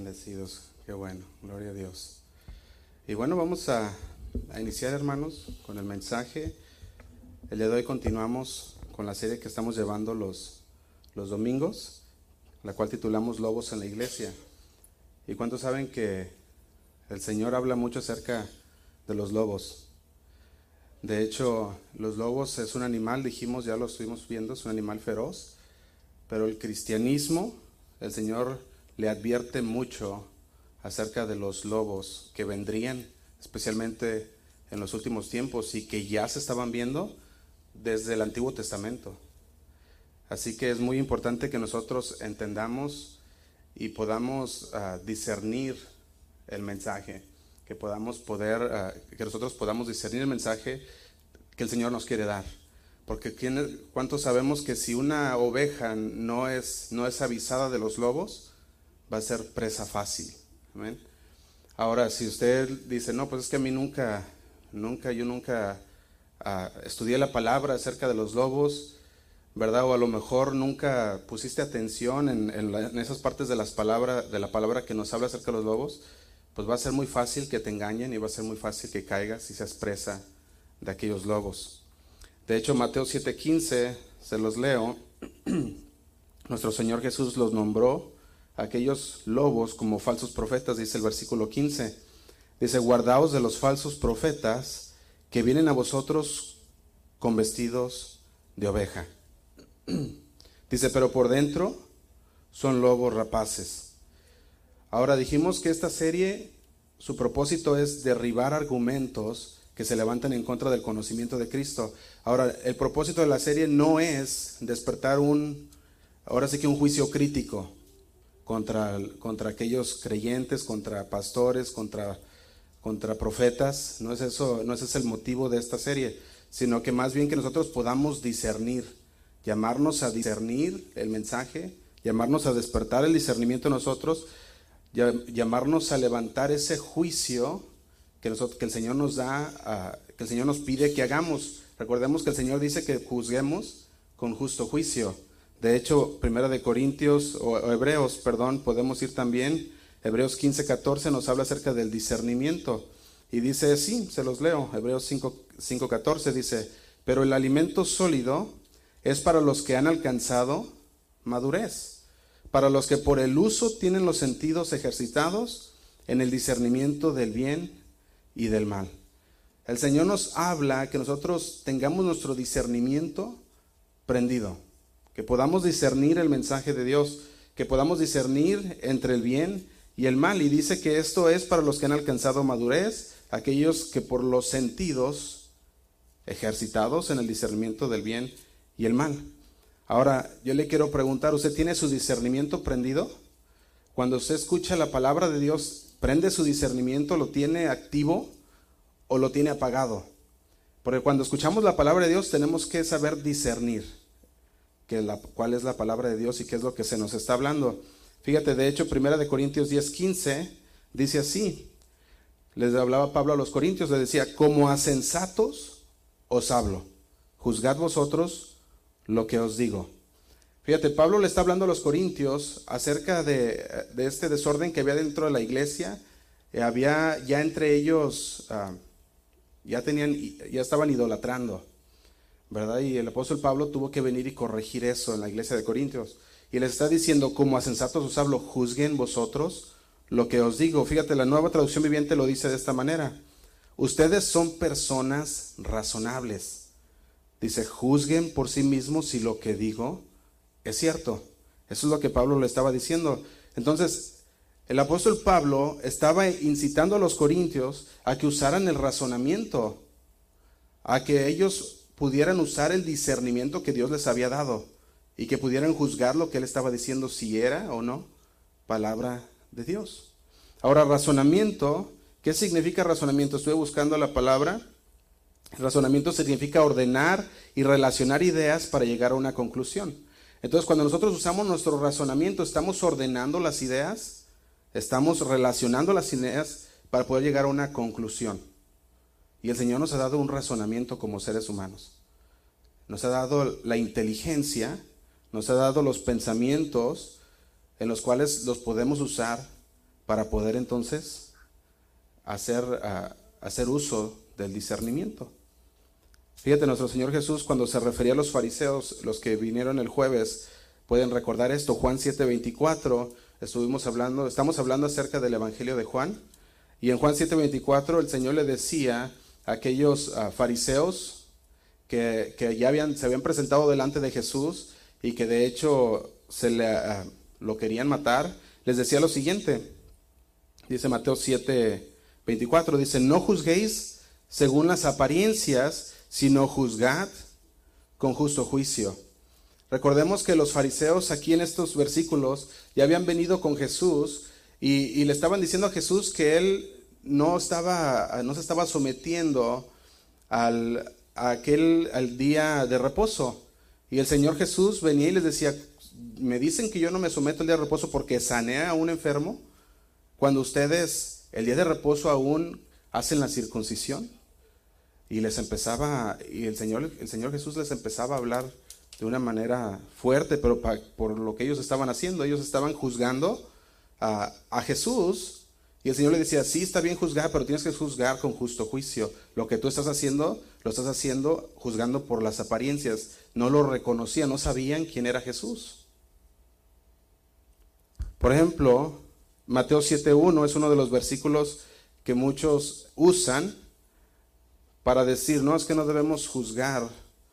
Bendecidos, qué bueno, gloria a Dios. Y bueno, vamos a iniciar, hermanos, con el mensaje. El día de hoy continuamos con la serie que estamos llevando los domingos, la cual titulamos Lobos en la Iglesia. ¿Y cuántos saben que el Señor habla mucho acerca de los lobos? De hecho, los lobos es un animal, dijimos, ya lo estuvimos viendo, es un animal feroz, pero el cristianismo, el Señor le advierte mucho acerca de los lobos que vendrían, especialmente en los últimos tiempos y que ya se estaban viendo desde el Antiguo Testamento. Así que es muy importante que nosotros entendamos y podamos discernir el mensaje, que nosotros podamos discernir el mensaje que el Señor nos quiere dar. Porque ¿cuántos sabemos que si una oveja no es avisada de los lobos, va a ser presa fácil? Amén. Ahora, si usted dice, no, pues es que a mí nunca estudié la palabra acerca de los lobos, ¿verdad? O a lo mejor nunca pusiste atención en esas partes de la palabra que nos habla acerca de los lobos, pues va a ser muy fácil que te engañen y va a ser muy fácil que caigas y seas presa de aquellos lobos. De hecho, Mateo 7:15, se los leo, nuestro Señor Jesús los nombró, aquellos lobos, como falsos profetas, dice el versículo 15. Dice, guardaos de los falsos profetas que vienen a vosotros con vestidos de oveja. Dice, pero por dentro son lobos rapaces. Ahora dijimos que esta serie, su propósito es derribar argumentos que se levantan en contra del conocimiento de Cristo. Ahora, el propósito de la serie no es despertar un juicio crítico contra aquellos creyentes, contra pastores, contra profetas. No es eso, no ese es el motivo de esta serie, sino que más bien que nosotros podamos discernir, llamarnos a discernir el mensaje, llamarnos a despertar el discernimiento en nosotros, llamarnos a levantar ese juicio que el Señor nos da, que el Señor nos pide que hagamos. Recordemos que el Señor dice que juzguemos con justo juicio. De hecho, Hebreos, podemos ir también. Hebreos 15:14 nos habla acerca del discernimiento. Y dice así, se los leo, Hebreos 5:14 dice, pero el alimento sólido es para los que han alcanzado madurez, para los que por el uso tienen los sentidos ejercitados en el discernimiento del bien y del mal. El Señor nos habla que nosotros tengamos nuestro discernimiento prendido, que podamos discernir el mensaje de Dios, que podamos discernir entre el bien y el mal. Y dice que esto es para los que han alcanzado madurez, aquellos que por los sentidos ejercitados en el discernimiento del bien y el mal. Ahora, yo le quiero preguntar, ¿usted tiene su discernimiento prendido? Cuando usted escucha la palabra de Dios, ¿prende su discernimiento? ¿Lo tiene activo o lo tiene apagado? Porque cuando escuchamos la palabra de Dios tenemos que saber discernir cuál es la palabra de Dios y qué es lo que se nos está hablando. Fíjate, de hecho, 1 Corintios 10:15 dice así, les hablaba Pablo a los corintios, les decía, como a sensatos os hablo, juzgad vosotros lo que os digo. Fíjate, Pablo le está hablando a los corintios acerca de este desorden que había dentro de la iglesia. Había ya entre ellos, ya estaban idolatrando, ¿verdad? Y el apóstol Pablo tuvo que venir y corregir eso en la iglesia de Corintios. Y les está diciendo, como a sensatos os hablo, juzguen vosotros lo que os digo. Fíjate, la Nueva Traducción Viviente lo dice de esta manera. Ustedes son personas razonables. Dice, juzguen por sí mismos si lo que digo es cierto. Eso es lo que Pablo le estaba diciendo. Entonces, el apóstol Pablo estaba incitando a los corintios a que usaran el razonamiento, a que ellos pudieran usar el discernimiento que Dios les había dado y que pudieran juzgar lo que él estaba diciendo, si era o no palabra de Dios. Ahora, razonamiento, ¿qué significa razonamiento? Estuve buscando la palabra. Razonamiento significa ordenar y relacionar ideas para llegar a una conclusión. Entonces, cuando nosotros usamos nuestro razonamiento, estamos ordenando las ideas, estamos relacionando las ideas para poder llegar a una conclusión. Y el Señor nos ha dado un razonamiento como seres humanos. Nos ha dado la inteligencia, nos ha dado los pensamientos en los cuales los podemos usar para poder entonces hacer uso del discernimiento. Fíjate, nuestro Señor Jesús, cuando se refería a los fariseos, los que vinieron el jueves, pueden recordar esto, Juan 7:24, estamos hablando acerca del Evangelio de Juan, y en Juan 7:24 el Señor le decía a aquellos fariseos que ya se habían presentado delante de Jesús y que de hecho lo querían matar, les decía lo siguiente, dice Mateo 7:24, dice, no juzguéis según las apariencias, sino juzgad con justo juicio. Recordemos que los fariseos aquí en estos versículos ya habían venido con Jesús y le estaban diciendo a Jesús que él no se estaba sometiendo al día de reposo. Y el Señor Jesús venía y les decía, me dicen que yo no me someto al día de reposo porque sané a un enfermo, cuando ustedes el día de reposo aún hacen la circuncisión. Y el Señor Jesús les empezaba a hablar de una manera fuerte, pero por lo que ellos estaban haciendo. Ellos estaban juzgando a Jesús, y el Señor le decía, sí, está bien juzgar, pero tienes que juzgar con justo juicio. Lo que tú estás haciendo, lo estás haciendo juzgando por las apariencias. No lo reconocían, no sabían quién era Jesús. Por ejemplo, Mateo 7:1 es uno de los versículos que muchos usan para decir, no, es que no debemos juzgar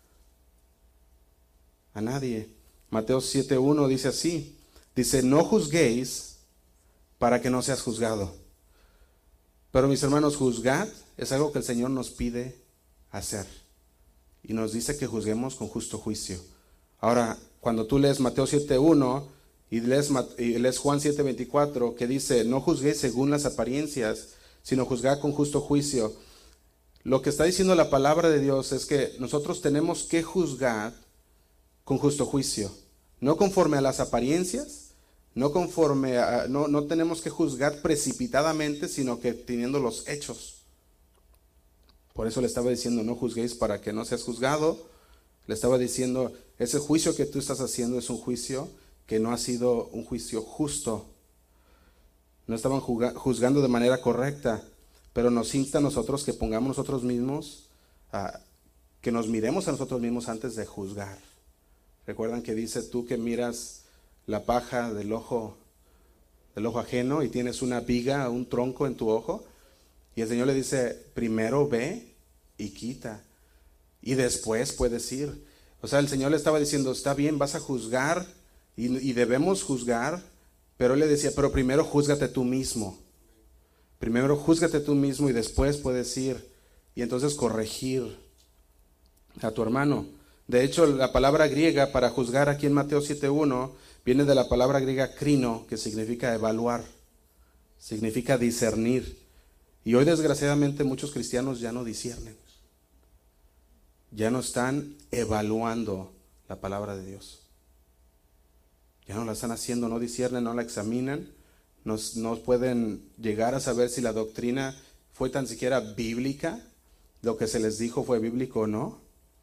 a nadie. Mateo 7:1 dice así, dice, no juzguéis para que no seas juzgado. Pero mis hermanos, juzgad es algo que el Señor nos pide hacer. Y nos dice que juzguemos con justo juicio. Ahora, cuando tú lees Mateo 7:1 y lees Juan 7:24, que dice, no juzguéis según las apariencias, sino juzgad con justo juicio. Lo que está diciendo la palabra de Dios es que nosotros tenemos que juzgar con justo juicio, no conforme a las apariencias, no tenemos que juzgar precipitadamente, sino que teniendo los hechos. Por eso le estaba diciendo, no juzguéis para que no seas juzgado. Le estaba diciendo, ese juicio que tú estás haciendo es un juicio que no ha sido un juicio justo. No estaban juzgando de manera correcta, pero nos insta a nosotros que pongamos nosotros mismos, que nos miremos a nosotros mismos antes de juzgar. Recuerdan que dice, tú que miras la paja del ojo ajeno y tienes una viga, un tronco en tu ojo, y el Señor le dice, primero ve y quita, y después puedes ir. O sea, el Señor le estaba diciendo, está bien, vas a juzgar, y debemos juzgar, pero Él le decía, pero primero júzgate tú mismo. Primero júzgate tú mismo y después puedes ir y entonces corregir a tu hermano. De hecho, la palabra griega para juzgar aquí en Mateo 7:1 viene de la palabra griega krino, que significa evaluar, significa discernir. Y hoy desgraciadamente muchos cristianos ya no disciernen, ya no están evaluando la palabra de Dios. Ya no la están haciendo, no disciernen, no la examinan, no pueden llegar a saber si la doctrina fue tan siquiera bíblica, lo que se les dijo fue bíblico o no.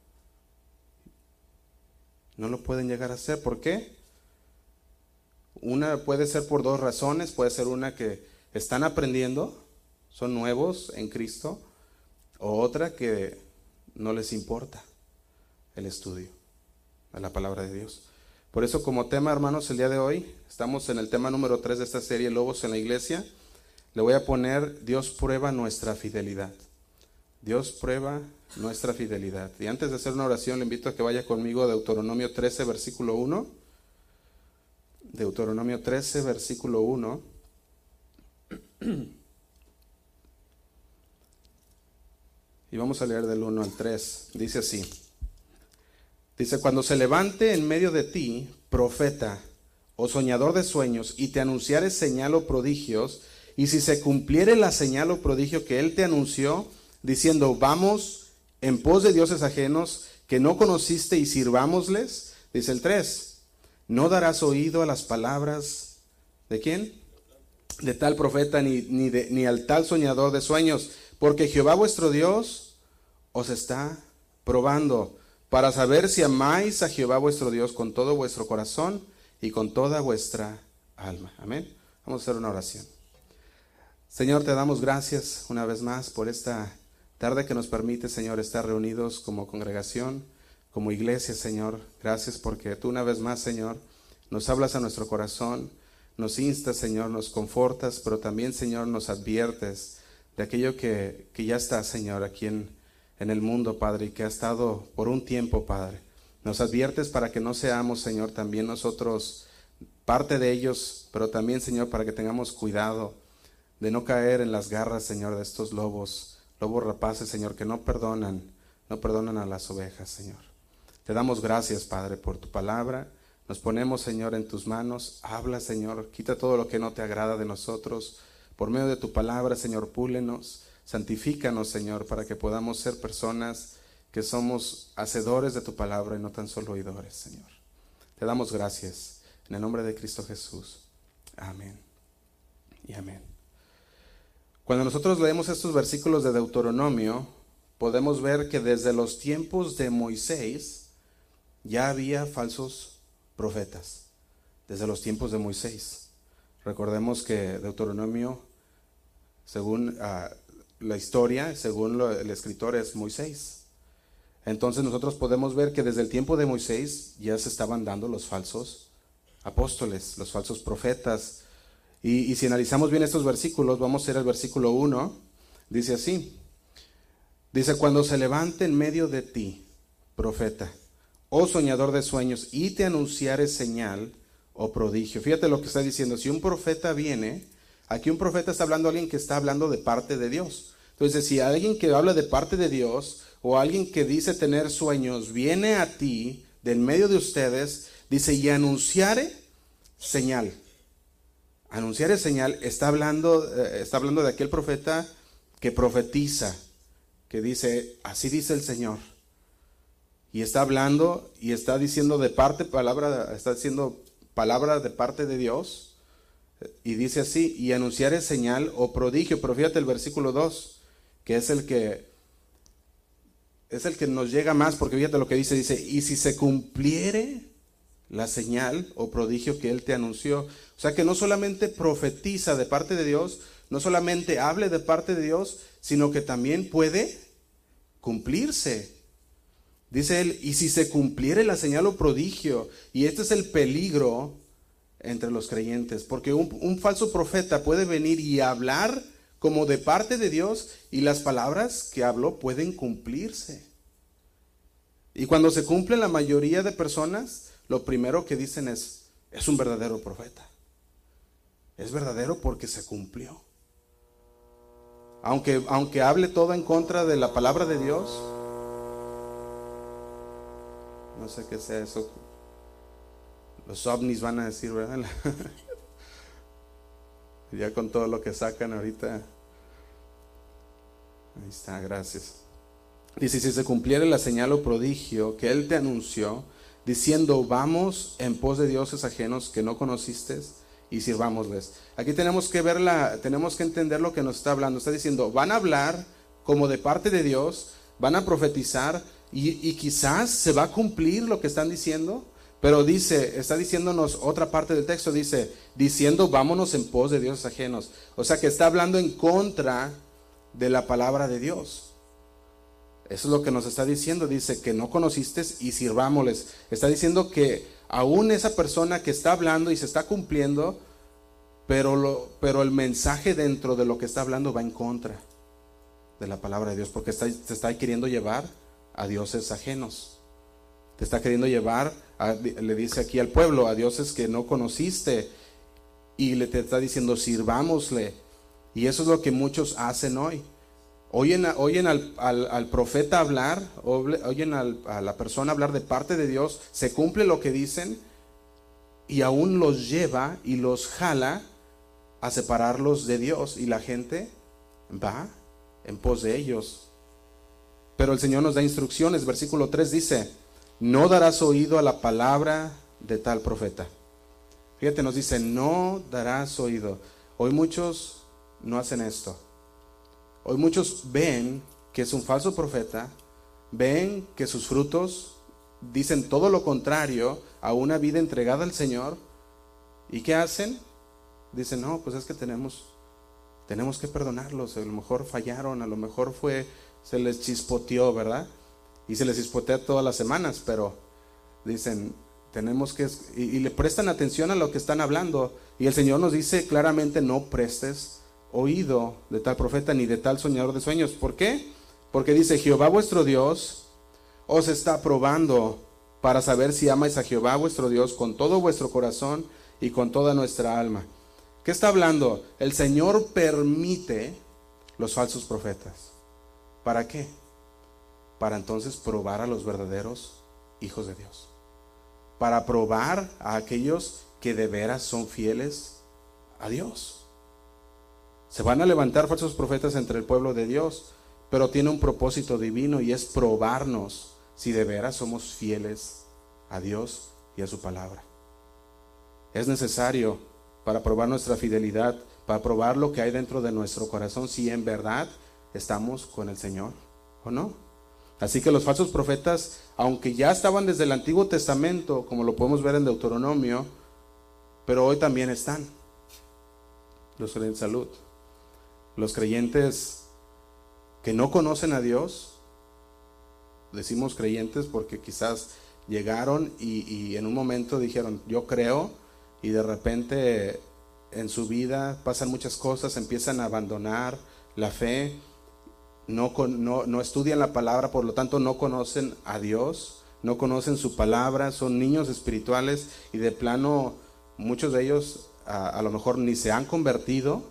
No lo pueden llegar a hacer. ¿Por qué? Una puede ser por dos razones. Puede ser una que están aprendiendo, son nuevos en Cristo, o otra que no les importa el estudio de la palabra de Dios. Por eso, como tema, hermanos, el día de hoy estamos en el tema número 3 de esta serie, Lobos en la Iglesia. Le voy a poner, Dios prueba nuestra fidelidad. Dios prueba nuestra fidelidad. Y antes de hacer una oración, le invito a que vaya conmigo a Deuteronomio 13, versículo 1. Deuteronomio 13, versículo 1. Y vamos a leer del 1 al 3. Dice así. Dice, cuando se levante en medio de ti profeta o soñador de sueños y te anunciare señal o prodigios, y si se cumpliere la señal o prodigio que él te anunció, diciendo, vamos en pos de dioses ajenos que no conociste y sirvámosles, dice el 3, no darás oído a las palabras ¿de quién? De tal profeta ni al tal soñador de sueños, porque Jehová vuestro Dios os está probando para saber si amáis a Jehová vuestro Dios con todo vuestro corazón y con toda vuestra alma. Amén. Vamos a hacer una oración. Señor, te damos gracias una vez más por esta tarde que nos permite, Señor, estar reunidos como congregación, como iglesia, Señor. Gracias porque tú una vez más, Señor, nos hablas a nuestro corazón, nos instas, Señor, nos confortas, pero también, Señor, nos adviertes de aquello que ya está, Señor, aquí en el mundo, Padre, y que ha estado por un tiempo, Padre. Nos adviertes para que no seamos, Señor, también nosotros parte de ellos, pero también, Señor, para que tengamos cuidado de no caer en las garras, Señor, de estos lobos rapaces, Señor, que no perdonan a las ovejas, Señor. Te damos gracias, Padre, por tu palabra. Nos ponemos, Señor, en tus manos. Habla, Señor, quita todo lo que no te agrada de nosotros. Por medio de tu palabra, Señor, púlenos, santifícanos, Señor, para que podamos ser personas que somos hacedores de tu palabra y no tan solo oidores, Señor. Te damos gracias. En el nombre de Cristo Jesús. Amén y amén. Cuando nosotros leemos estos versículos de Deuteronomio, podemos ver que desde los tiempos de Moisés ya había falsos profetas. Desde los tiempos de Moisés. Recordemos que Deuteronomio, según la historia, según el escritor, es Moisés. Entonces nosotros podemos ver que desde el tiempo de Moisés ya se estaban dando los falsos apóstoles, los falsos profetas. Y si analizamos bien estos versículos, vamos a ir al versículo 1, dice así, dice, cuando se levante en medio de ti, profeta, oh soñador de sueños, y te anunciare señal o prodigio. Fíjate lo que está diciendo, si un profeta viene, aquí un profeta está hablando a alguien que está hablando de parte de Dios. Entonces, si alguien que habla de parte de Dios, o alguien que dice tener sueños, viene a ti, de en medio de ustedes, dice, y anunciare señal. Anunciar es señal, está hablando de aquel profeta que profetiza, que dice, así dice el Señor. Y está hablando y está diciendo está diciendo palabra de parte de Dios. Y dice así, y anunciar es señal o prodigio. Pero fíjate el versículo 2, que es el que nos llega más, porque fíjate lo que dice, y si se cumpliere la señal o prodigio que él te anunció. O sea que no solamente profetiza de parte de Dios, no solamente hable de parte de Dios, sino que también puede cumplirse. Dice él, y si se cumpliere la señal o prodigio, y este es el peligro entre los creyentes, porque un falso profeta puede venir y hablar como de parte de Dios, y las palabras que habló pueden cumplirse. Y cuando se cumple, la mayoría de personas lo primero que dicen es un verdadero profeta. Es verdadero porque se cumplió. Aunque hable todo en contra de la palabra de Dios, no sé qué sea eso. Los ovnis van a decir, ¿verdad? Ya con todo lo que sacan ahorita. Ahí está, gracias. Dice, si se cumpliera la señal o prodigio que él te anunció, diciendo, vamos en pos de dioses ajenos que no conociste y sirvámosles. Aquí tenemos que entender lo que nos está hablando. Está diciendo, van a hablar como de parte de Dios, van a profetizar y quizás se va a cumplir lo que están diciendo, pero está diciéndonos otra parte del texto, diciendo, vámonos en pos de dioses ajenos. O sea que está hablando en contra de la palabra de Dios. Eso es lo que nos está diciendo, dice que no conociste y sirvámosles. Está diciendo que aún esa persona que está hablando y se está cumpliendo, pero el mensaje dentro de lo que está hablando va en contra de la palabra de Dios, porque te está queriendo llevar a dioses ajenos. Te está queriendo llevar, le dice aquí al pueblo, a dioses que no conociste, y te está diciendo, sirvámosle. Y eso es lo que muchos hacen hoy. Oyen al profeta hablar, oyen a la persona hablar de parte de Dios, se cumple lo que dicen y aún los lleva y los jala a separarlos de Dios, y la gente va en pos de ellos. Pero el Señor nos da instrucciones. Versículo 3 dice, no darás oído a la palabra de tal profeta. Fíjate, nos dice, no darás oído. Hoy muchos no hacen esto. Hoy muchos ven que es un falso profeta, ven que sus frutos dicen todo lo contrario a una vida entregada al Señor. ¿Y qué hacen? Dicen, no, pues es que tenemos tenemos que perdonarlos. A lo mejor fallaron, a lo mejor se les chispoteó, ¿verdad? Y se les chispotea todas las semanas, pero dicen, tenemos que, y le prestan atención a lo que están hablando. Y el Señor nos dice claramente, no prestes oído de tal profeta ni de tal soñador de sueños. ¿Por qué? Porque dice, Jehová vuestro Dios os está probando para saber si amáis a Jehová vuestro Dios con todo vuestro corazón y con toda nuestra alma. ¿Qué está hablando? El Señor permite los falsos profetas. ¿Para qué? Para entonces probar a los verdaderos hijos de Dios. Para probar a aquellos que de veras son fieles a Dios. Se van a levantar falsos profetas entre el pueblo de Dios, pero tiene un propósito divino y es probarnos si de veras somos fieles a Dios y a su palabra. Es necesario para probar nuestra fidelidad, para probar lo que hay dentro de nuestro corazón, si en verdad estamos con el Señor o no. Así que los falsos profetas, aunque ya estaban desde el Antiguo Testamento, como lo podemos ver en Deuteronomio, pero hoy también están. Los creyentes, salud. Los creyentes que no conocen a Dios, decimos creyentes porque quizás llegaron y en un momento dijeron, yo creo, y de repente en su vida pasan muchas cosas, empiezan a abandonar la fe, no estudian la palabra, por lo tanto no conocen a Dios, no conocen su palabra, son niños espirituales y de plano muchos de ellos a lo mejor ni se han convertido,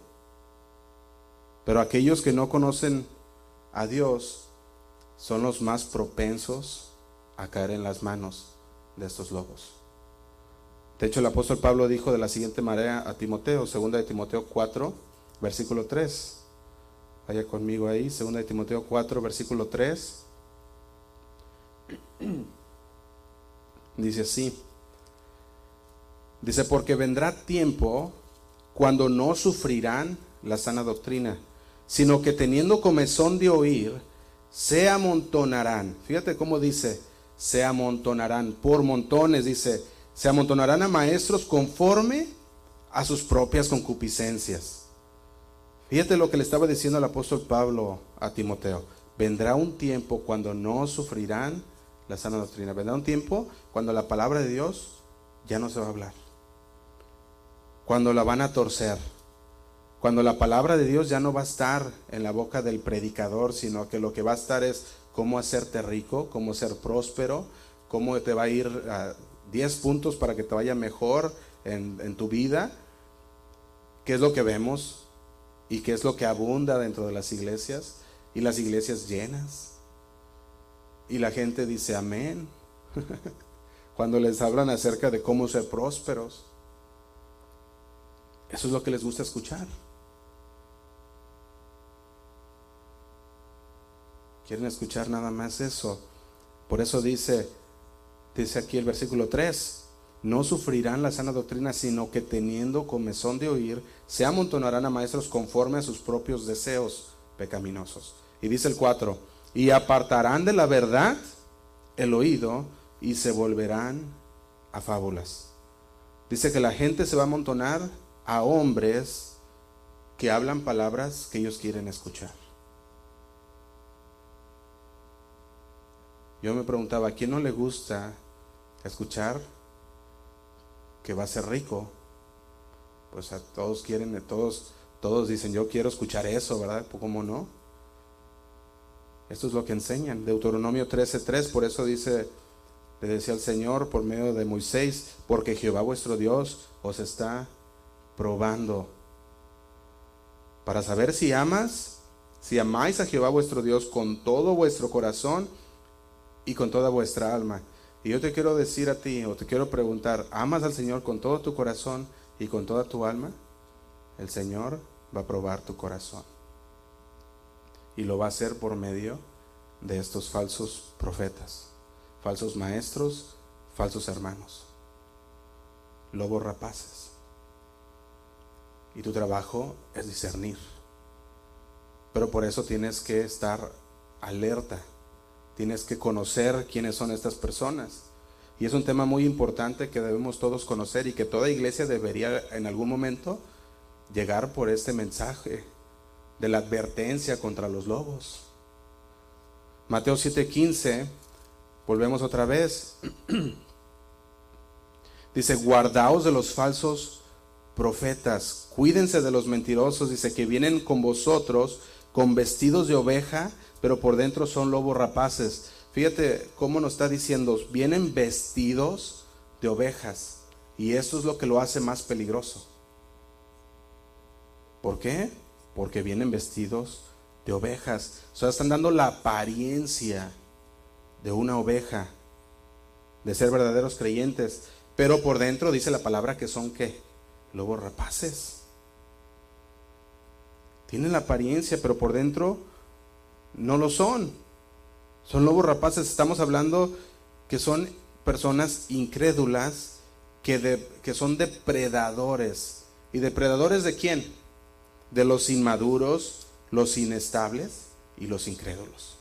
pero aquellos que no conocen a Dios son los más propensos a caer en las manos de estos lobos. De hecho, el apóstol Pablo dijo de la siguiente manera a Timoteo, 2 de Timoteo 4, versículo 3. Vaya conmigo ahí, 2 de Timoteo 4, versículo 3. Dice así. Dice, porque vendrá tiempo cuando no sufrirán la sana doctrina, sino que teniendo comezón de oír, se amontonarán. Fíjate cómo dice, se amontonarán, por montones, dice, se amontonarán a maestros conforme a sus propias concupiscencias. Fíjate lo que le estaba diciendo el apóstol Pablo a Timoteo. Vendrá un tiempo cuando no sufrirán la sana doctrina. Vendrá un tiempo cuando la palabra de Dios ya no se va a hablar. Cuando la van a torcer. Cuando la palabra de Dios ya no va a estar en la boca del predicador, sino que lo que va a estar es cómo hacerte rico, cómo ser próspero, cómo te va a ir a 10 puntos para que te vaya mejor en tu vida. ¿Qué es lo que vemos? ¿Y qué es lo que abunda dentro de las iglesias? Y las iglesias llenas. Y la gente dice amén. Cuando les hablan acerca de cómo ser prósperos. Eso es lo que les gusta escuchar. Quieren escuchar nada más eso. Por eso dice aquí el versículo 3, no sufrirán la sana doctrina, sino que teniendo comezón de oír, se amontonarán a maestros conforme a sus propios deseos pecaminosos. Y dice el 4, y apartarán de la verdad el oído y se volverán a fábulas. Dice que la gente se va a amontonar a hombres que hablan palabras que ellos quieren escuchar. Yo me preguntaba, ¿a quién no le gusta escuchar que va a ser rico? Pues a todos quieren, todos dicen, yo quiero escuchar eso, ¿verdad? ¿Cómo no? Esto es lo que enseñan. Deuteronomio 13:3, por eso dice, le decía el Señor por medio de Moisés, porque Jehová vuestro Dios os está probando para saber si amáis a Jehová vuestro Dios con todo vuestro corazón y con toda vuestra alma. Y yo te quiero decir a ti, o te quiero preguntar, ¿amas al Señor con todo tu corazón y con toda tu alma? El Señor va a probar tu corazón. Y lo va a hacer por medio de estos falsos profetas, falsos maestros, falsos hermanos, lobos rapaces. Y tu trabajo es discernir. Pero por eso tienes que estar alerta. Tienes que conocer quiénes son estas personas. Y es un tema muy importante que debemos todos conocer y que toda iglesia debería en algún momento llegar por este mensaje de la advertencia contra los lobos. Mateo 7:15, volvemos otra vez. Dice, guardaos de los falsos profetas, cuídense de los mentirosos, dice, que vienen con vosotros con vestidos de oveja, pero por dentro son lobos rapaces. Fíjate cómo nos está diciendo, vienen vestidos de ovejas, y eso es lo que lo hace más peligroso. ¿Por qué? Porque vienen vestidos de ovejas. O sea, están dando la apariencia de una oveja, de ser verdaderos creyentes, pero por dentro dice la palabra que son ¿qué? Lobos rapaces. Tienen la apariencia, pero por dentro no lo son. Son lobos rapaces. Estamos hablando que son personas incrédulas, que son depredadores. ¿Y depredadores de quién? De los inmaduros, los inestables y los incrédulos.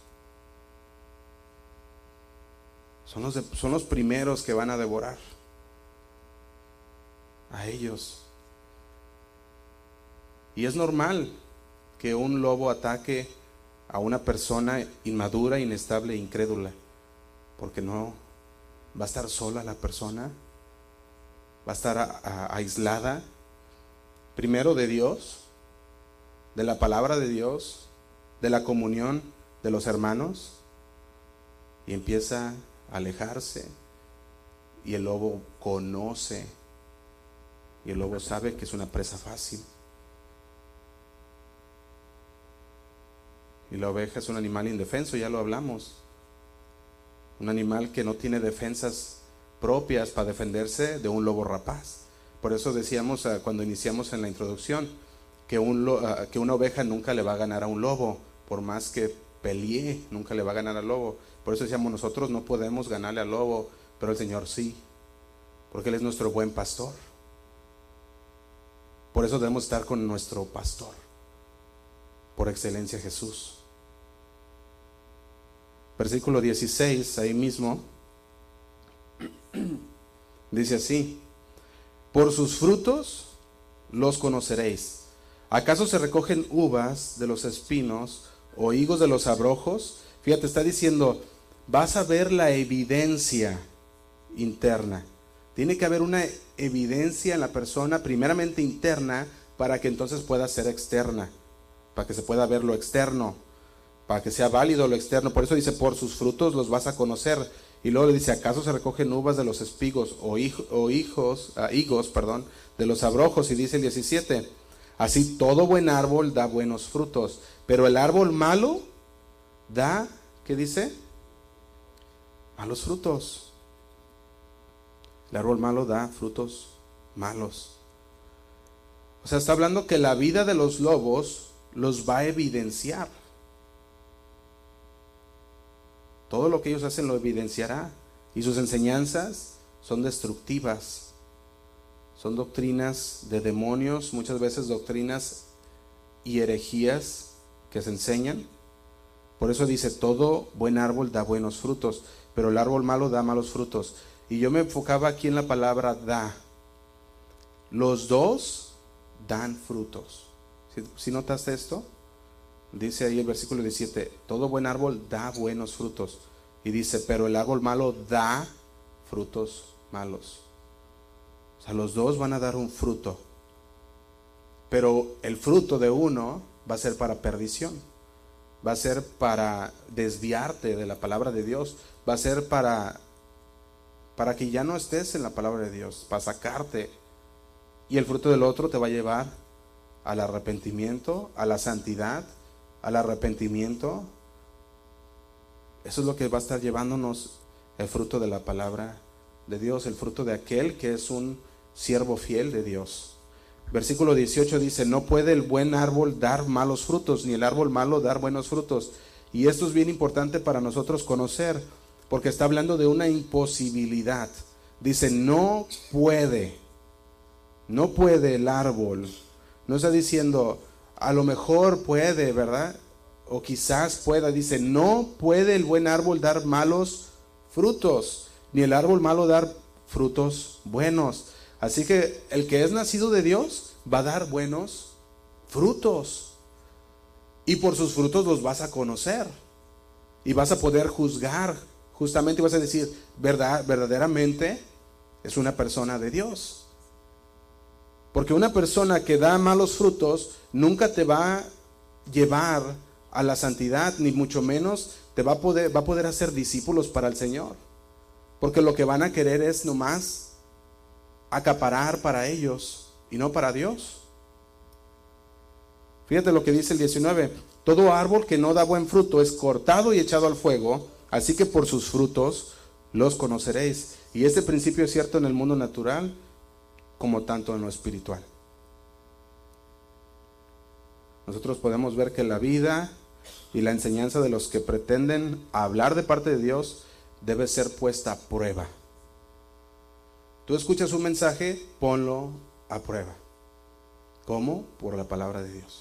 Son los primeros que van a devorar a ellos. Y es normal que un lobo ataque a una persona inmadura, inestable e incrédula, porque no va a estar sola la persona, va a estar aislada, primero de Dios, de la palabra de Dios, de la comunión de los hermanos, y empieza a alejarse, y el lobo conoce, y el lobo sabe que es una presa fácil. Y la oveja es un animal indefenso, ya lo hablamos. Un animal que no tiene defensas propias para defenderse de un lobo rapaz. Por eso decíamos cuando iniciamos en la introducción que una oveja nunca le va a ganar a un lobo, por más que pelee, nunca le va a ganar al lobo. Por eso decíamos, nosotros no podemos ganarle al lobo, pero el Señor sí, porque Él es nuestro buen pastor. Por eso debemos estar con nuestro pastor, por excelencia Jesús. Versículo 16, ahí mismo, dice así: por sus frutos los conoceréis. ¿Acaso se recogen uvas de los espinos o higos de los abrojos? Fíjate, está diciendo, vas a ver la evidencia interna. Tiene que haber una evidencia en la persona, primeramente interna, para que entonces pueda ser externa, para que se pueda ver lo externo, para que sea válido lo externo. Por eso dice, por sus frutos los vas a conocer. Y luego le dice, ¿acaso se recogen uvas de los espigos o higos de los abrojos? Y dice el 17, así todo buen árbol da buenos frutos, pero el árbol malo da, ¿qué dice? Malos frutos. El árbol malo da frutos malos. O sea, está hablando que la vida de los lobos los va a evidenciar. Todo lo que ellos hacen lo evidenciará. Y sus enseñanzas son destructivas. Son doctrinas de demonios, muchas veces doctrinas y herejías que se enseñan. Por eso dice, todo buen árbol da buenos frutos, pero el árbol malo da malos frutos. Y yo me enfocaba aquí en la palabra da. Los dos dan frutos. ¿Sí notaste esto? Dice ahí el versículo 17, todo buen árbol da buenos frutos. Y dice, pero el árbol malo da frutos malos. O sea, los dos van a dar un fruto. Pero el fruto de uno va a ser para perdición. Va a ser para desviarte de la palabra de Dios. Va a ser para que ya no estés en la palabra de Dios, para sacarte. Y el fruto del otro te va a llevar al arrepentimiento, a la santidad, al arrepentimiento. Eso es lo que va a estar llevándonos el fruto de la palabra de Dios, el fruto de aquel que es un siervo fiel de Dios. Versículo 18 dice, no puede el buen árbol dar malos frutos, ni el árbol malo dar buenos frutos. Y esto es bien importante para nosotros conocer, porque está hablando de una imposibilidad. Dice, no puede el árbol. No está diciendo, a lo mejor puede, ¿verdad? O quizás pueda. Dice, no puede el buen árbol dar malos frutos, ni el árbol malo dar frutos buenos. Así que el que es nacido de Dios va a dar buenos frutos. Y por sus frutos los vas a conocer. Y vas a poder juzgar. Justamente vas a decir, verdaderamente es una persona de Dios. Porque una persona que da malos frutos nunca te va a llevar a la santidad, ni mucho menos te va a poder hacer discípulos para el Señor. Porque lo que van a querer es nomás acaparar para ellos y no para Dios. Fíjate lo que dice el 19. Todo árbol que no da buen fruto es cortado y echado al fuego, así que por sus frutos los conoceréis. Y este principio es cierto en el mundo natural como tanto en lo espiritual. Nosotros podemos ver que la vida y la enseñanza de los que pretenden hablar de parte de Dios debe ser puesta a prueba. Tú escuchas un mensaje, ponlo a prueba. ¿Cómo? Por la palabra de Dios.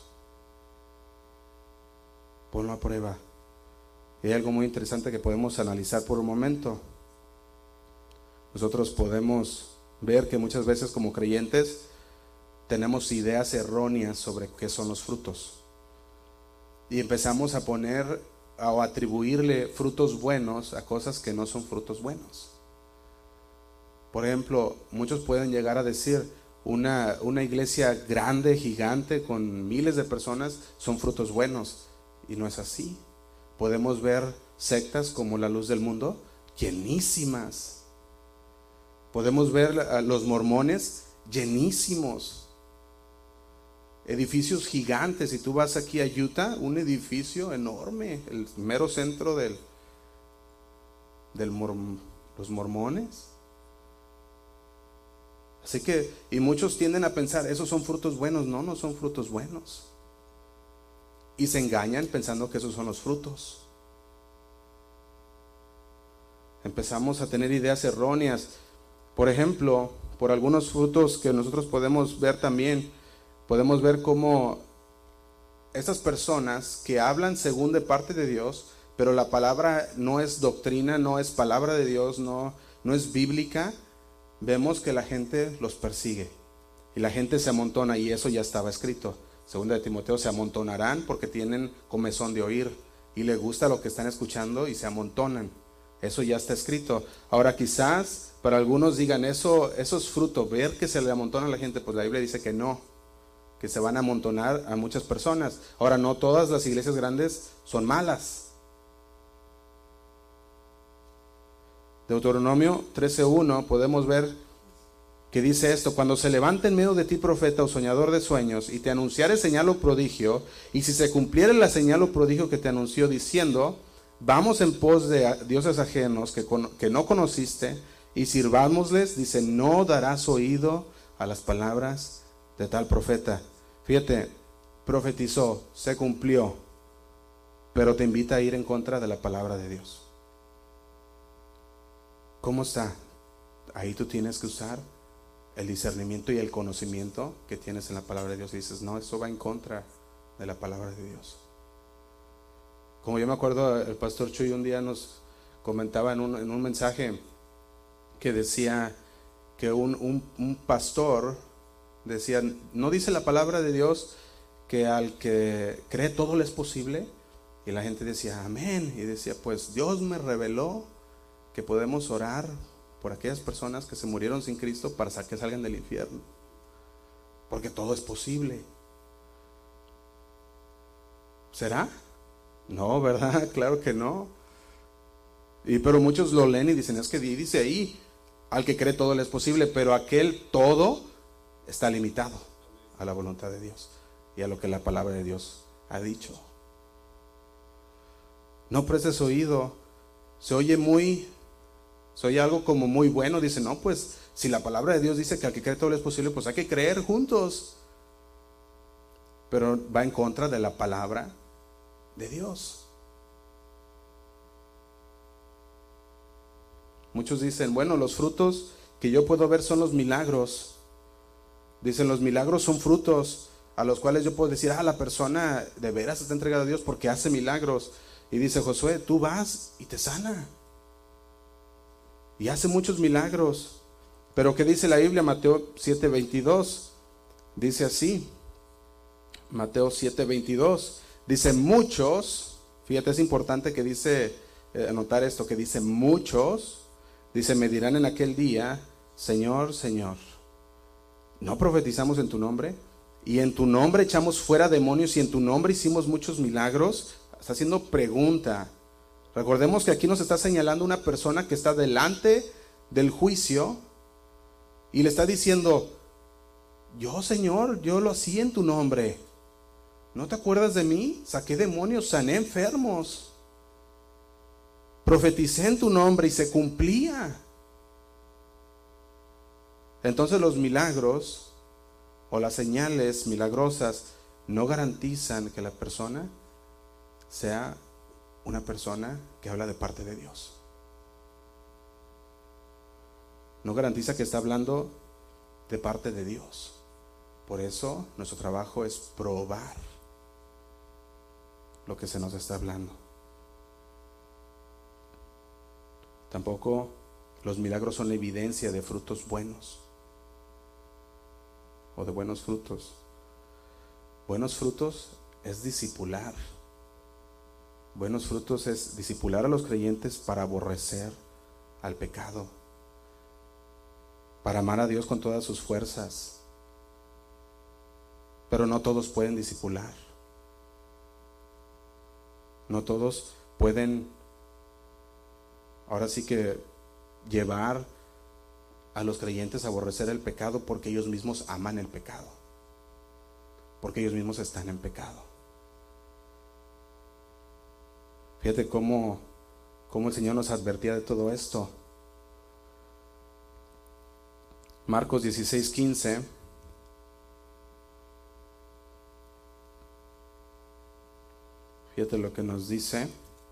Ponlo a prueba. Y hay algo muy interesante que podemos analizar por un momento. Nosotros podemos ver que muchas veces como creyentes tenemos ideas erróneas sobre qué son los frutos. Y empezamos a poner o atribuirle frutos buenos a cosas que no son frutos buenos. Por ejemplo, muchos pueden llegar a decir una iglesia grande, gigante, con miles de personas, son frutos buenos. Y no es así. Podemos ver sectas como la Luz del Mundo, llenísimas. Podemos ver a los mormones llenísimos. Edificios gigantes. Si tú vas aquí a Utah, un edificio enorme, el mero centro los mormones. Así que, y muchos tienden a pensar, esos son frutos buenos. No, no son frutos buenos. Y se engañan pensando que esos son los frutos. Empezamos a tener ideas erróneas. Por ejemplo, por algunos frutos que nosotros podemos ver también, podemos ver cómo estas personas que hablan según de parte de Dios, pero la palabra no es doctrina, no es palabra de Dios, no es bíblica, vemos que la gente los persigue y la gente se amontona, y eso ya estaba escrito. Segunda de Timoteo, se amontonarán porque tienen comezón de oír y les gusta lo que están escuchando y se amontonan. Eso ya está escrito. Ahora quizás para algunos digan, eso es fruto, ver que se le amontona a la gente. Pues la Biblia dice que no, que se van a amontonar a muchas personas. Ahora, no todas las iglesias grandes son malas. Deuteronomio 13:1 podemos ver que dice esto: cuando se levante en medio de ti profeta o soñador de sueños y te anunciare señal o prodigio, y si se cumpliere la señal o prodigio que te anunció diciendo, vamos en pos de dioses ajenos que no conociste y sirvámosles, dice, no darás oído a las palabras de tal profeta. Fíjate, profetizó, se cumplió, pero te invita a ir en contra de la palabra de Dios. ¿Cómo está? Ahí tú tienes que usar el discernimiento y el conocimiento que tienes en la palabra de Dios, y dices, no, eso va en contra de la palabra de Dios. Como yo me acuerdo, el pastor Chuy un día nos comentaba en un mensaje que decía que un pastor decía, ¿no dice la palabra de Dios que al que cree todo le es posible? Y la gente decía, amén. Y decía, pues Dios me reveló que podemos orar por aquellas personas que se murieron sin Cristo para que salgan del infierno, porque todo es posible. ¿Será? No, ¿verdad? Claro que no. Pero muchos lo leen y dicen, es que dice ahí, al que cree todo le es posible, pero aquel todo está limitado a la voluntad de Dios y a lo que la palabra de Dios ha dicho. No prestes oído. Se oye algo como muy bueno. Dice, no, pues si la palabra de Dios dice que al que cree todo le es posible, pues hay que creer juntos. Pero va en contra de la palabra de Dios. Muchos dicen, bueno, los frutos que yo puedo ver son los milagros. Dicen, los milagros son frutos a los cuales yo puedo decir, la persona de veras está entregada a Dios porque hace milagros. Y dice Josué, tú vas y te sana. Y hace muchos milagros. Pero ¿qué dice la Biblia? Mateo 7:22. Dice así. Mateo 7:22. Dice muchos, fíjate, es importante que dice, anotar esto, que dice muchos, dice, me dirán en aquel día, Señor, Señor, ¿no profetizamos en tu nombre? Y en tu nombre echamos fuera demonios y en tu nombre hicimos muchos milagros. Está haciendo pregunta. Recordemos que aquí nos está señalando una persona que está delante del juicio y le está diciendo, yo, Señor, yo lo hacía en tu nombre. ¿No te acuerdas de mí? Saqué demonios, sané enfermos. Profeticé en tu nombre y se cumplía. Entonces los milagros o las señales milagrosas no garantizan que la persona sea una persona que habla de parte de Dios. No garantiza que está hablando de parte de Dios. Por eso nuestro trabajo es probar lo que se nos está hablando. Tampoco los milagros son evidencia de frutos buenos o de buenos frutos. Buenos frutos es discipular. Buenos frutos es discipular a los creyentes para aborrecer al pecado, para amar a Dios con todas sus fuerzas. Pero no todos pueden discipular. No todos pueden, ahora sí que, llevar a los creyentes a aborrecer el pecado porque ellos mismos aman el pecado, porque ellos mismos están en pecado. Fíjate cómo el Señor nos advertía de todo esto. Marcos 16:15. Fíjate lo que nos dice.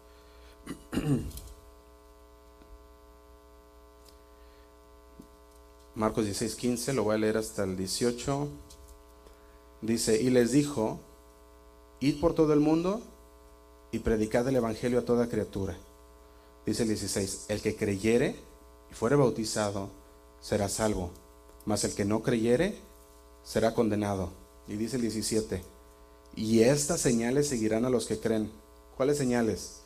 Marcos 16:15, lo voy a leer hasta el 18. Dice, y les dijo, id por todo el mundo y predicad el evangelio a toda criatura. Dice el 16, el que creyere y fuere bautizado será salvo, mas el que no creyere será condenado. Y dice el 17, y estas señales seguirán a los que creen. ¿Cuáles señales?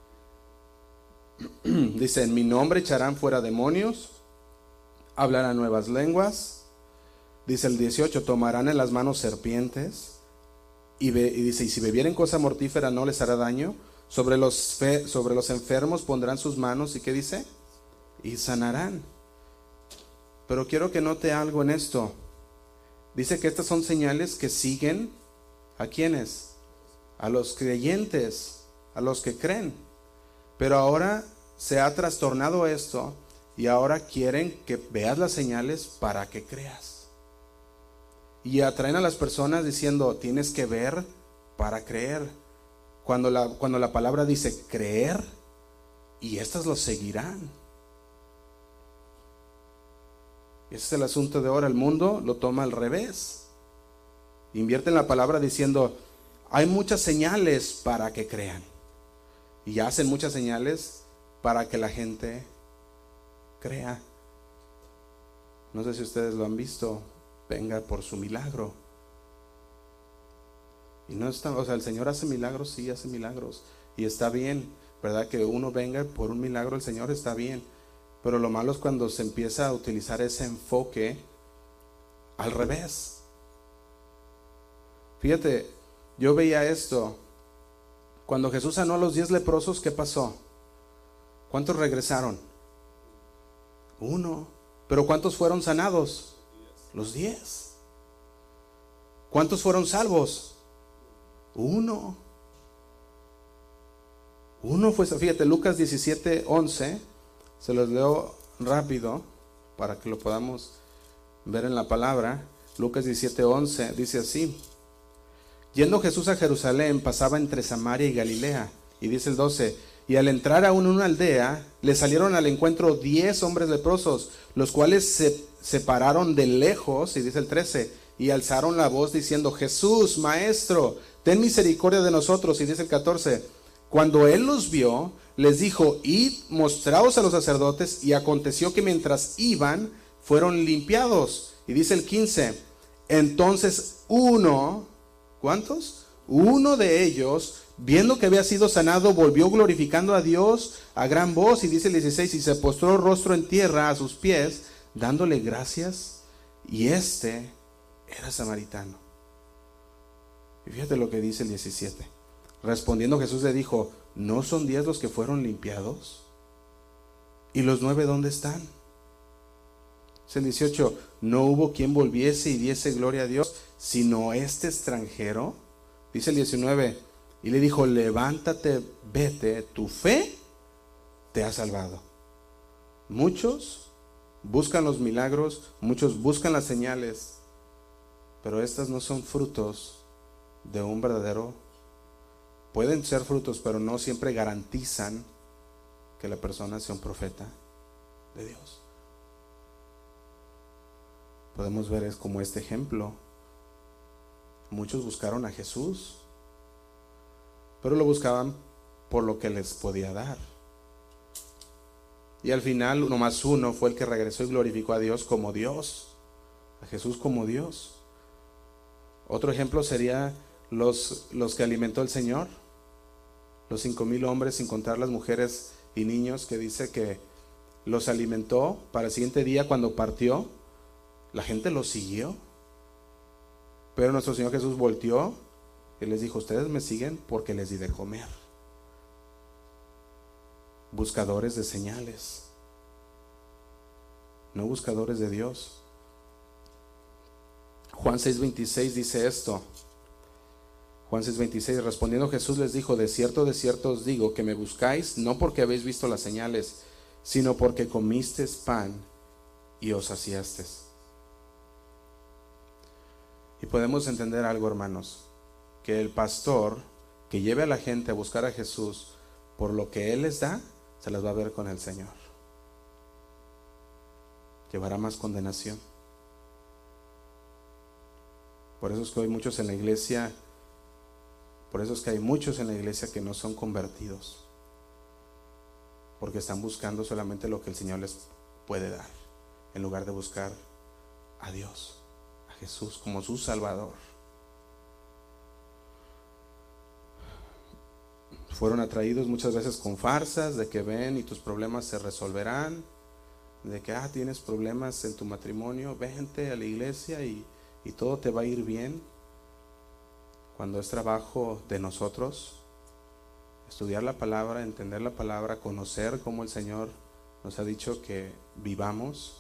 Dice, en mi nombre echarán fuera demonios, hablarán nuevas lenguas. Dice el 18, tomarán en las manos serpientes. Y dice, y si bebieren cosa mortífera no les hará daño. Sobre los enfermos pondrán sus manos. ¿Y qué dice? Y sanarán. Pero quiero que note algo en esto. Dice que estas son señales que siguen ¿a quiénes? A los creyentes, a los que creen. Pero ahora se ha trastornado esto y ahora quieren que veas las señales para que creas. Y atraen a las personas diciendo, tienes que ver para creer. Cuando la palabra dice creer, y estas lo seguirán. Ese es el asunto de ahora. El mundo lo toma al revés. Invierte en la palabra diciendo, hay muchas señales para que crean. Y hacen muchas señales para que la gente crea. No sé si ustedes lo han visto. Venga por su milagro. Y no está, o sea, el Señor hace milagros, sí, hace milagros. Y está bien, ¿verdad? Que uno venga por un milagro, el Señor está bien. Pero lo malo es cuando se empieza a utilizar ese enfoque al revés. Fíjate, yo veía esto. Cuando Jesús sanó a los 10 leprosos, ¿qué pasó? ¿Cuántos regresaron? 1. ¿Pero cuántos fueron sanados? Los 10. ¿Cuántos fueron salvos? 1. 1 fue, fíjate, Lucas 17:11. Se los leo rápido para que lo podamos ver en la palabra. Lucas 17:11 dice así: yendo Jesús a Jerusalén, pasaba entre Samaria y Galilea. Y dice el 12: y al entrar aún en una aldea, le salieron al encuentro 10 hombres leprosos, los cuales se pararon de lejos, y dice el 13, y alzaron la voz diciendo: Jesús, Maestro, ten misericordia de nosotros. Y dice el 14, cuando él los vio, les dijo: id, mostraos a los sacerdotes. Y aconteció que mientras iban, fueron limpiados. Y dice el 15, entonces uno, ¿cuántos? Uno de ellos, viendo que había sido sanado, volvió glorificando a Dios a gran voz, y dice el 16, y se postró rostro en tierra a sus pies, dándole gracias, y este era samaritano. Y fíjate lo que dice el 17. Respondiendo Jesús le dijo, ¿no son 10 los que fueron limpiados? ¿Y los 9 dónde están? Es el 18, no hubo quien volviese y diese gloria a Dios, sino este extranjero. Dice el 19, y le dijo, levántate, vete, tu fe te ha salvado. Muchos buscan los milagros, muchos buscan las señales, pero estas no son frutos de un verdadero. Pueden ser frutos, pero no siempre garantizan que la persona sea un profeta de Dios. Podemos ver es como este ejemplo. Muchos buscaron a Jesús, pero lo buscaban por lo que les podía dar. Y al final, nomás uno fue el que regresó y glorificó a Dios como Dios, a Jesús como Dios. Otro ejemplo sería los que alimentó el Señor, los 5,000 hombres, sin contar las mujeres y niños, que dice que los alimentó. Para el siguiente día, cuando partió, la gente lo siguió, pero nuestro Señor Jesús volteó y les dijo, ustedes me siguen porque les di de comer. Buscadores de señales, no buscadores de Dios. Juan 6:26 dice esto. Juan 6:26, respondiendo Jesús les dijo, de cierto os digo, que me buscáis no porque habéis visto las señales, sino porque comisteis pan y os saciasteis. Y podemos entender algo, hermanos, que el pastor que lleve a la gente a buscar a Jesús por lo que Él les da, se las va a ver con el Señor. Llevará más condenación. Por eso es que hay muchos en la iglesia, que no son convertidos, porque están buscando solamente lo que el Señor les puede dar, en lugar de buscar a Dios, a Jesús como su Salvador. Fueron atraídos muchas veces con farsas de que ven y tus problemas se resolverán, de que tienes problemas en tu matrimonio, vente a la iglesia y todo te va a ir bien, cuando es trabajo de nosotros estudiar la palabra, entender la palabra, conocer cómo el Señor nos ha dicho que vivamos.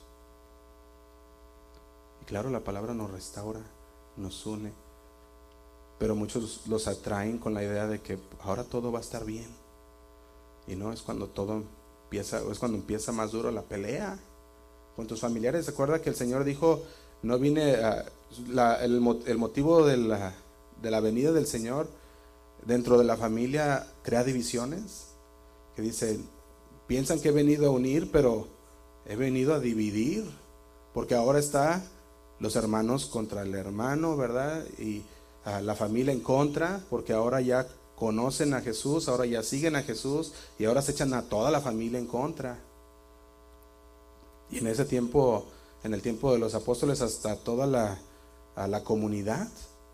Y claro, la palabra nos restaura, nos une, pero muchos los atraen con la idea de que ahora todo va a estar bien, y no, es cuando todo empieza, o es cuando empieza más duro la pelea con tus familiares. ¿Se acuerda que el Señor dijo, no vine el motivo de la venida del Señor dentro de la familia crea divisiones? Que dice, piensan que he venido a unir, pero he venido a dividir, porque ahora está los hermanos contra el hermano, ¿verdad? Y la familia en contra, porque ahora ya conocen a Jesús, ahora ya siguen a Jesús, y ahora se echan a toda la familia en contra. Y en ese tiempo, en el tiempo de los apóstoles, hasta toda la comunidad,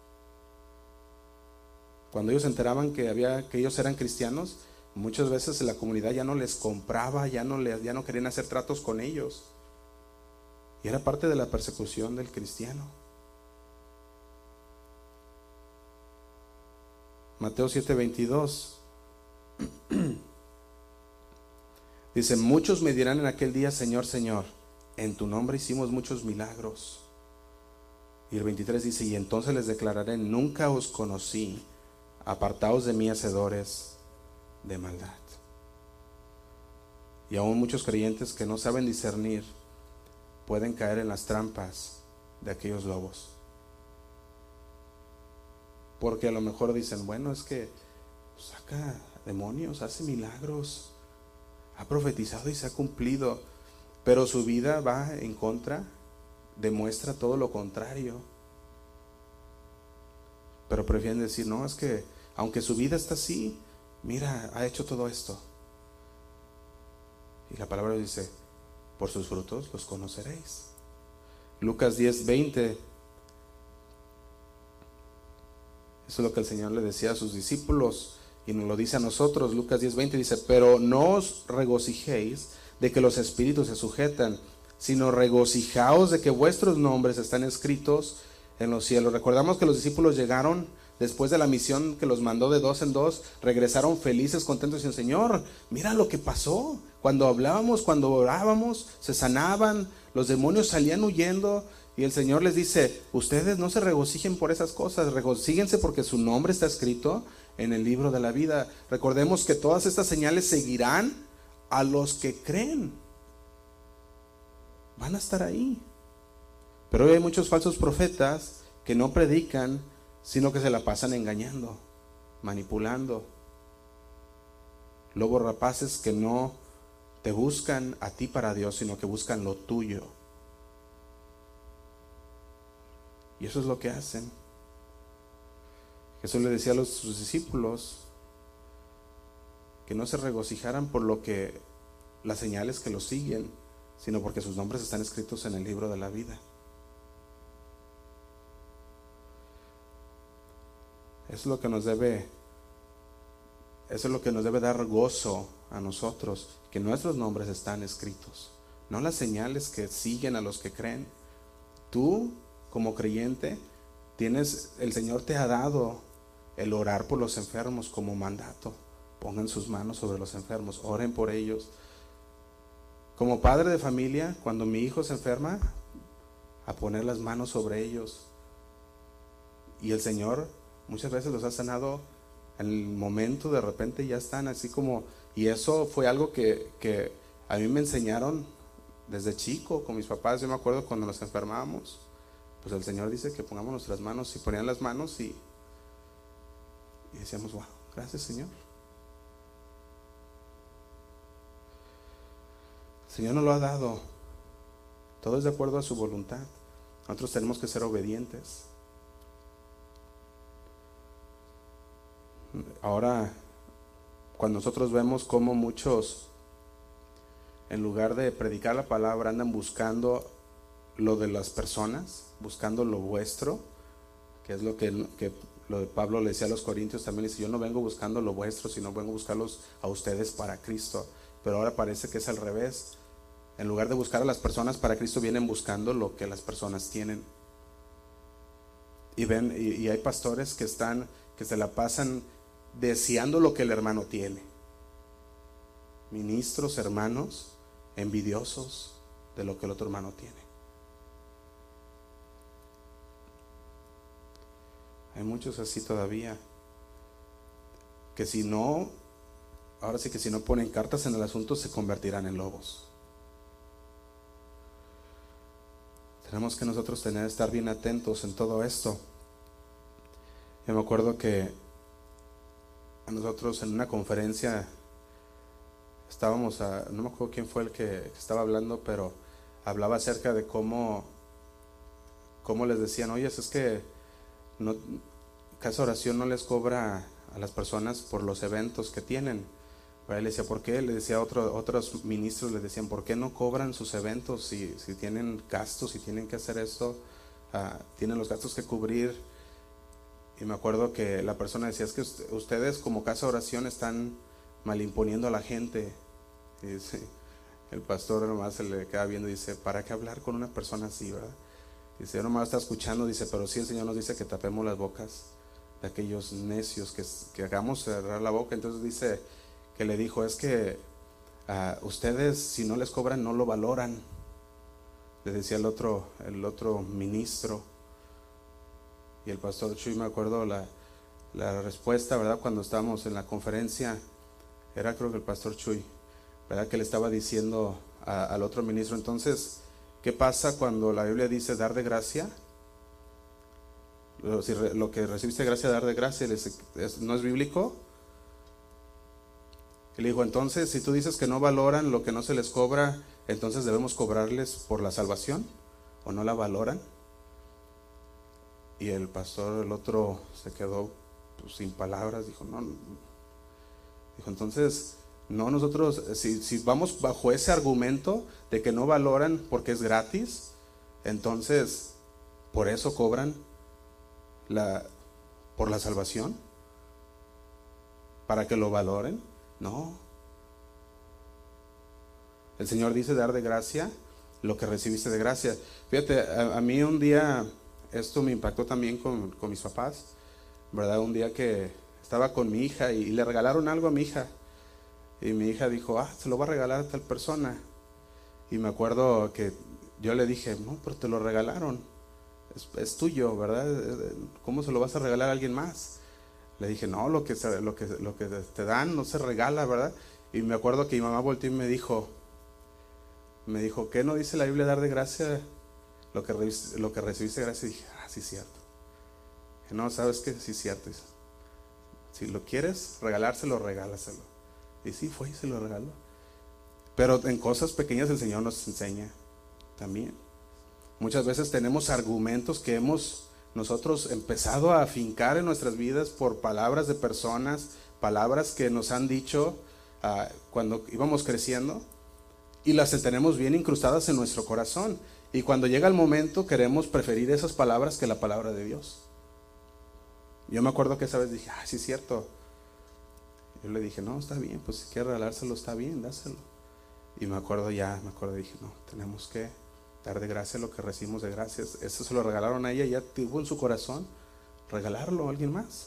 cuando ellos se enteraban que ellos eran cristianos, muchas veces la comunidad ya no les compraba, ya no querían hacer tratos con ellos, y era parte de la persecución del cristiano. Mateo 7:22 dice, muchos me dirán en aquel día, Señor, Señor, en tu nombre hicimos muchos milagros. Y el 23 dice, y entonces les declararé, nunca os conocí, apartaos de mí, hacedores de maldad. Y aún muchos creyentes que no saben discernir pueden caer en las trampas de aquellos lobos, porque a lo mejor dicen, bueno, es que saca demonios, hace milagros, ha profetizado y se ha cumplido, pero su vida va en contra, demuestra todo lo contrario. Pero prefieren decir, no, es que aunque su vida está así, mira, ha hecho todo esto. Y la palabra dice, por sus frutos los conoceréis. Lucas 10:20 Eso es lo que el Señor le decía a sus discípulos y nos lo dice a nosotros. Lucas 10:20 dice: pero no os regocijéis de que los espíritus se sujetan, sino regocijaos de que vuestros nombres están escritos en los cielos. Recordamos que los discípulos llegaron después de la misión que los mandó de dos en dos, regresaron felices, contentos y dicen: Señor, mira lo que pasó. Cuando hablábamos, cuando orábamos, se sanaban, los demonios salían huyendo. Y el Señor les dice: ustedes no se regocijen por esas cosas, regocíguense porque su nombre está escrito en el libro de la vida. Recordemos que todas estas señales seguirán a los que creen. Van a estar ahí. Pero hoy hay muchos falsos profetas que no predican, sino que se la pasan engañando, manipulando. Lobos rapaces que no te buscan a ti para Dios, sino que buscan lo tuyo. Y eso es lo que hacen. Jesús le decía a sus discípulos que no se regocijaran por lo que las señales que los siguen, sino porque sus nombres están escritos en el libro de la vida. Eso es lo que nos debe dar gozo a nosotros, que nuestros nombres están escritos, no las señales que siguen a los que creen. Tú, como creyente, el Señor te ha dado el orar por los enfermos como mandato. Pongan sus manos sobre los enfermos, oren por ellos. Como padre de familia, cuando mi hijo se enferma, a poner las manos sobre ellos. Y el Señor muchas veces los ha sanado en el momento, de repente ya están así como. Y eso fue algo que a mí me enseñaron desde chico con mis papás. Yo me acuerdo cuando nos enfermábamos, pues el Señor dice que pongamos nuestras manos, y ponían las manos y decíamos: wow, gracias, Señor. El Señor nos lo ha dado. Todo es de acuerdo a su voluntad. Nosotros tenemos que ser obedientes. Ahora, cuando nosotros vemos cómo muchos, en lugar de predicar la palabra, andan buscando lo de las personas, buscando lo vuestro, que es lo lo de Pablo le decía a los corintios también, dice: yo no vengo buscando lo vuestro, sino vengo a buscarlos a ustedes para Cristo. Pero ahora parece que es al revés. En lugar de buscar a las personas para Cristo, vienen buscando lo que las personas tienen. Y hay pastores que se la pasan deseando lo que el hermano tiene. Ministros, hermanos, envidiosos de lo que el otro hermano tiene. Hay muchos así todavía, que ahora sí que si no ponen cartas en el asunto, se convertirán en lobos. Tenemos que nosotros estar bien atentos en todo esto. Yo me acuerdo que a nosotros en una conferencia estábamos, no me acuerdo quién fue el que estaba hablando, pero hablaba acerca de cómo les decían: oye, es que Casa Oración no les cobra a las personas por los eventos que tienen. Pero él decía: ¿por qué? Le decía a otros ministros, le decían: ¿por qué no cobran sus eventos si tienen gastos, si tienen que hacer esto, tienen los gastos que cubrir? Y me acuerdo que la persona decía: es que ustedes como Casa Oración están malimponiendo a la gente. Y dice, el pastor nomás se le queda viendo y dice: ¿para qué hablar con una persona así, verdad? Dice: yo nomás está escuchando. Dice: pero sí, el Señor nos dice que tapemos las bocas de aquellos necios, que hagamos cerrar la boca. Entonces dice que le dijo: es que ustedes, si no les cobran, no lo valoran. Le decía el otro ministro. Y el pastor Chuy, me acuerdo la respuesta, ¿verdad? Cuando estábamos en la conferencia, era creo que el pastor Chuy, ¿verdad? Que le estaba diciendo al otro ministro: entonces, ¿qué pasa cuando la Biblia dice dar de gracia? Si lo que recibiste gracia, dar de gracia, ¿no es bíblico? Y le dijo: entonces, si tú dices que no valoran lo que no se les cobra, entonces debemos cobrarles por la salvación, ¿o no la valoran? Y el pastor, el otro, se quedó sin palabras. Dijo: no. Dijo: entonces, no, nosotros, si vamos bajo ese argumento de que no valoran porque es gratis, entonces, por eso cobran por la salvación, para que lo valoren. No. El Señor dice dar de gracia lo que recibiste de gracia. Fíjate, a mí un día esto me impactó también con mis papás, ¿verdad? Un día que estaba con mi hija y le regalaron algo a mi hija. Y mi hija dijo, se lo va a regalar a tal persona. Y me acuerdo que yo le dije, no, pero te lo regalaron. Es tuyo, ¿verdad? ¿Cómo se lo vas a regalar a alguien más? Le dije, no, lo que te dan no se regala, ¿verdad? Y me acuerdo que mi mamá volteó y me dijo, ¿qué no dice la Biblia dar de gracia lo que recibiste de gracia? Y dije, sí es cierto. Que no, ¿sabes qué? Sí es cierto. Si lo quieres regalárselo, regálaselo. Y sí, fue y se lo regaló. Pero en cosas pequeñas el Señor nos enseña también. Muchas veces tenemos argumentos que hemos nosotros empezado a afincar en nuestras vidas por palabras de personas, palabras que nos han dicho cuando íbamos creciendo, y las tenemos bien incrustadas en nuestro corazón. Y cuando llega el momento queremos preferir esas palabras que la palabra de Dios. Yo me acuerdo que esa vez dije, sí es cierto. Yo le dije, no, está bien, pues si quieres regalárselo, está bien, dáselo. Y me acuerdo, dije, no, tenemos que dar de gracia lo que recibimos de gracias. Eso se lo regalaron a ella, ya tuvo en su corazón regalarlo a alguien más.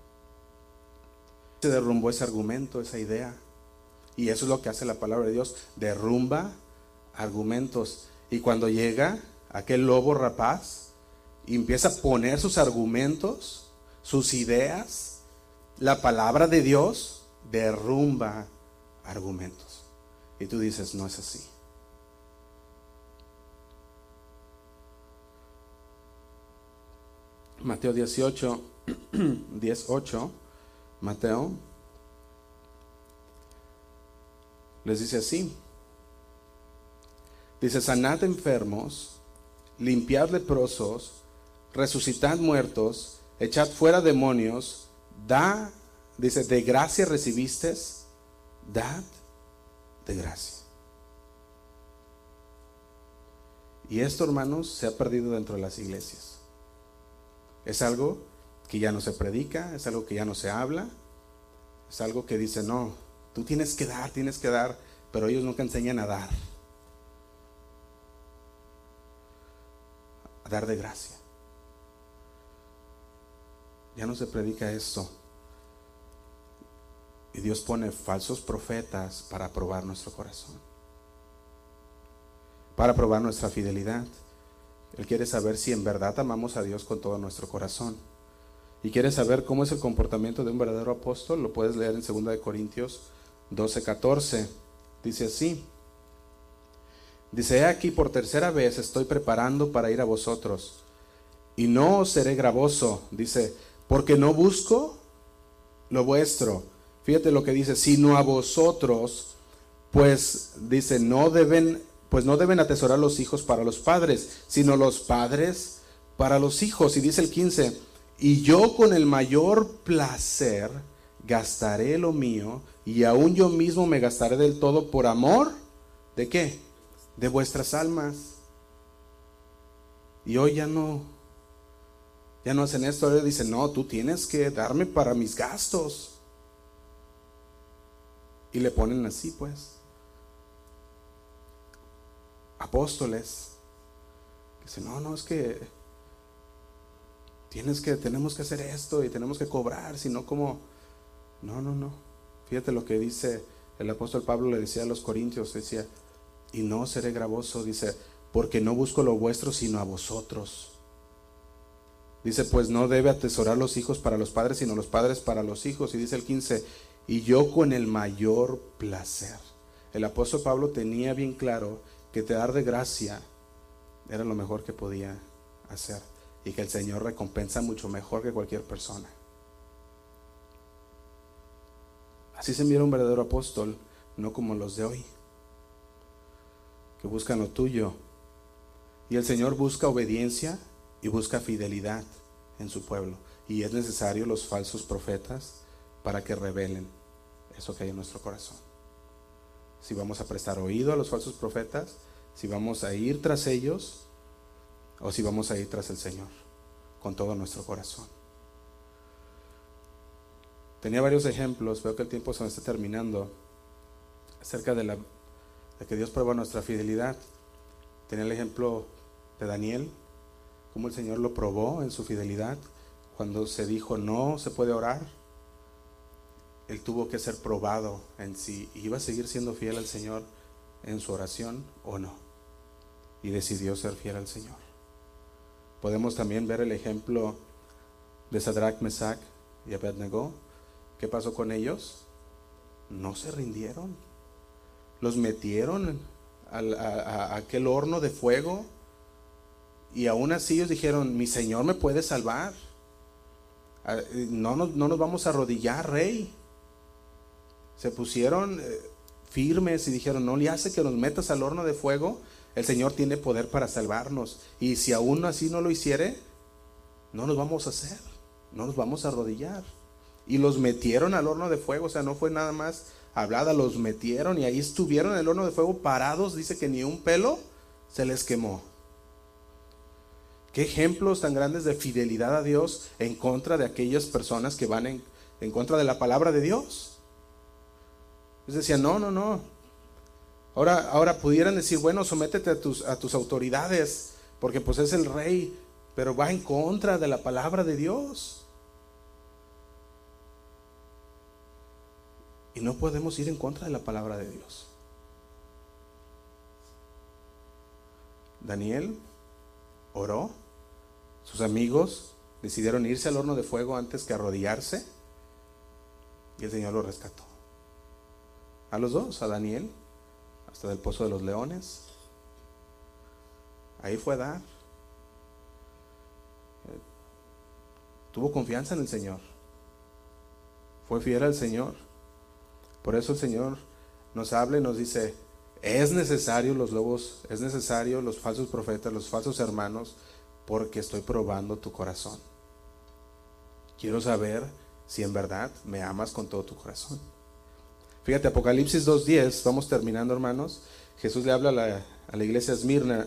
Se derrumbó ese argumento, esa idea. Y eso es lo que hace la palabra de Dios, derrumba argumentos. Y cuando llega aquel lobo rapaz y empieza a poner sus argumentos, sus ideas, la palabra de Dios derrumba argumentos. Y tú dices, no es así. Mateo 18, 18, Mateo les dice así. Dice, sanad enfermos, limpiad leprosos, resucitad muertos, echad fuera demonios, dice, de gracia recibiste, dad de gracia. Y esto, hermanos, se ha perdido dentro de las iglesias. Es algo que ya no se predica, es algo que ya no se habla, es algo que dice, no, tú tienes que dar, pero ellos nunca enseñan a dar de gracia. Ya no se predica esto. Y Dios pone falsos profetas para probar nuestro corazón, para probar nuestra fidelidad. Él quiere saber si en verdad amamos a Dios con todo nuestro corazón. Y quiere saber cómo es el comportamiento de un verdadero apóstol. Lo puedes leer en 2 Corintios 12:14. Dice así. Dice, he aquí por tercera vez estoy preparando para ir a vosotros, y no os seré gravoso. Dice, porque no busco lo vuestro. Fíjate lo que dice, sino a vosotros, pues dice, no deben atesorar los hijos para los padres, sino los padres para los hijos. Y dice el 15, y yo con el mayor placer gastaré lo mío, y aún yo mismo me gastaré del todo por amor, ¿de qué? De vuestras almas. Y hoy ya no hacen esto. Ahora dicen, no, tú tienes que darme para mis gastos. Y le ponen así, pues, apóstoles. Dicen, no, es que tenemos que hacer esto y tenemos que cobrar, sino como, no. Fíjate lo que dice el apóstol Pablo, le decía a los corintios, decía, y no seré gravoso, dice, porque no busco lo vuestro, sino a vosotros. Dice, pues no debe atesorar los hijos para los padres, sino los padres para los hijos. Y dice el 15, y yo con el mayor placer. El apóstol Pablo tenía bien claro que te dar de gracia era lo mejor que podía hacer, y que el Señor recompensa mucho mejor que cualquier persona. Así se mira un verdadero apóstol, no como los de hoy, que buscan lo tuyo. Y el Señor busca obediencia y busca fidelidad en su pueblo, y es necesario los falsos profetas para que revelen eso que hay en nuestro corazón. Si vamos a prestar oído a los falsos profetas, si vamos a ir tras ellos, o si vamos a ir tras el Señor con todo nuestro corazón. Tenía varios ejemplos, veo que el tiempo se me está terminando, acerca de que Dios prueba nuestra fidelidad. Tenía el ejemplo de Daniel, cómo el Señor lo probó en su fidelidad. Cuando se dijo no se puede orar, él tuvo que ser probado en si iba a seguir siendo fiel al Señor en su oración o no, y decidió ser fiel al Señor. Podemos también ver el ejemplo de Sadrach, Mesach y Abednego. ¿Qué pasó con ellos? No se rindieron, los metieron a aquel horno de fuego, y aún así ellos dijeron: mi Señor me puede salvar, no nos vamos a arrodillar, rey. Se pusieron firmes y dijeron: no le hace que nos metas al horno de fuego, el Señor tiene poder para salvarnos, y si aún así no lo hiciere, no nos vamos a hacer, no nos vamos a arrodillar. Y los metieron al horno de fuego, o sea, no fue nada más hablada, los metieron y ahí estuvieron en el horno de fuego parados, dice que ni un pelo se les quemó. Qué ejemplos tan grandes de fidelidad a Dios en contra de aquellas personas que van en contra de la palabra de Dios. Ellos decían: no. Ahora pudieran decir: bueno, sométete a tus autoridades, porque pues es el rey, pero va en contra de la palabra de Dios. Y no podemos ir en contra de la palabra de Dios. Daniel oró, sus amigos decidieron irse al horno de fuego antes que arrodillarse, y el Señor lo rescató. A los dos, a Daniel, hasta del pozo de los leones. Ahí fue a dar. Tuvo confianza en el Señor, fue fiel al Señor. Por eso el Señor nos habla y nos dice: es necesario los lobos, es necesario los falsos profetas, los falsos hermanos, porque estoy probando tu corazón. Quiero saber si en verdad me amas con todo tu corazón. Fíjate, Apocalipsis 2:10, vamos terminando, hermanos. Jesús le habla a la iglesia Esmirna,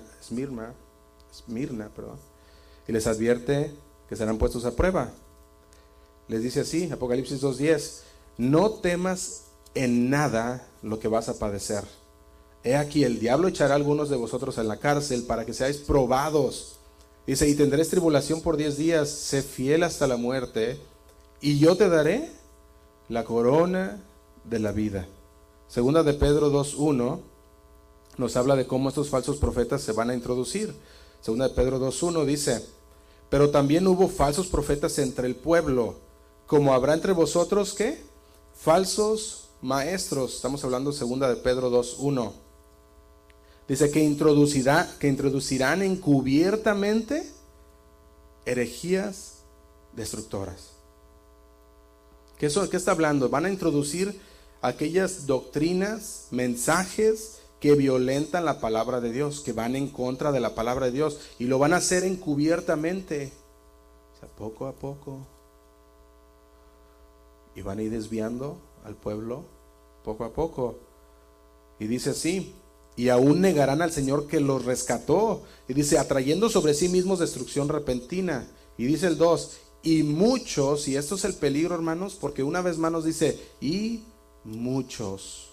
y les advierte que serán puestos a prueba. Les dice así, Apocalipsis 2:10: no temas en nada lo que vas a padecer. He aquí, el diablo echará a algunos de vosotros en la cárcel para que seáis probados. Dice: y tendréis tribulación por 10 días, sé fiel hasta la muerte, y yo te daré la corona de la vida. Segunda de Pedro 2:1 nos habla de cómo estos falsos profetas se van a introducir. Segunda de Pedro 2:1 dice: pero también hubo falsos profetas entre el pueblo, como habrá entre vosotros, ¿qué? Falsos maestros. Estamos hablando segunda de Pedro 2:1. Dice que introducirán encubiertamente herejías destructoras. ¿Qué está hablando? Van a introducir aquellas doctrinas, mensajes que violentan la palabra de Dios, que van en contra de la palabra de Dios, y lo van a hacer encubiertamente, o sea, poco a poco, y van a ir desviando al pueblo poco a poco. Y dice así: y aún negarán al Señor que los rescató. Y dice: atrayendo sobre sí mismos destrucción repentina. Y dice el 2: y muchos, y esto es el peligro, hermanos, porque una vez más nos dice: y muchos.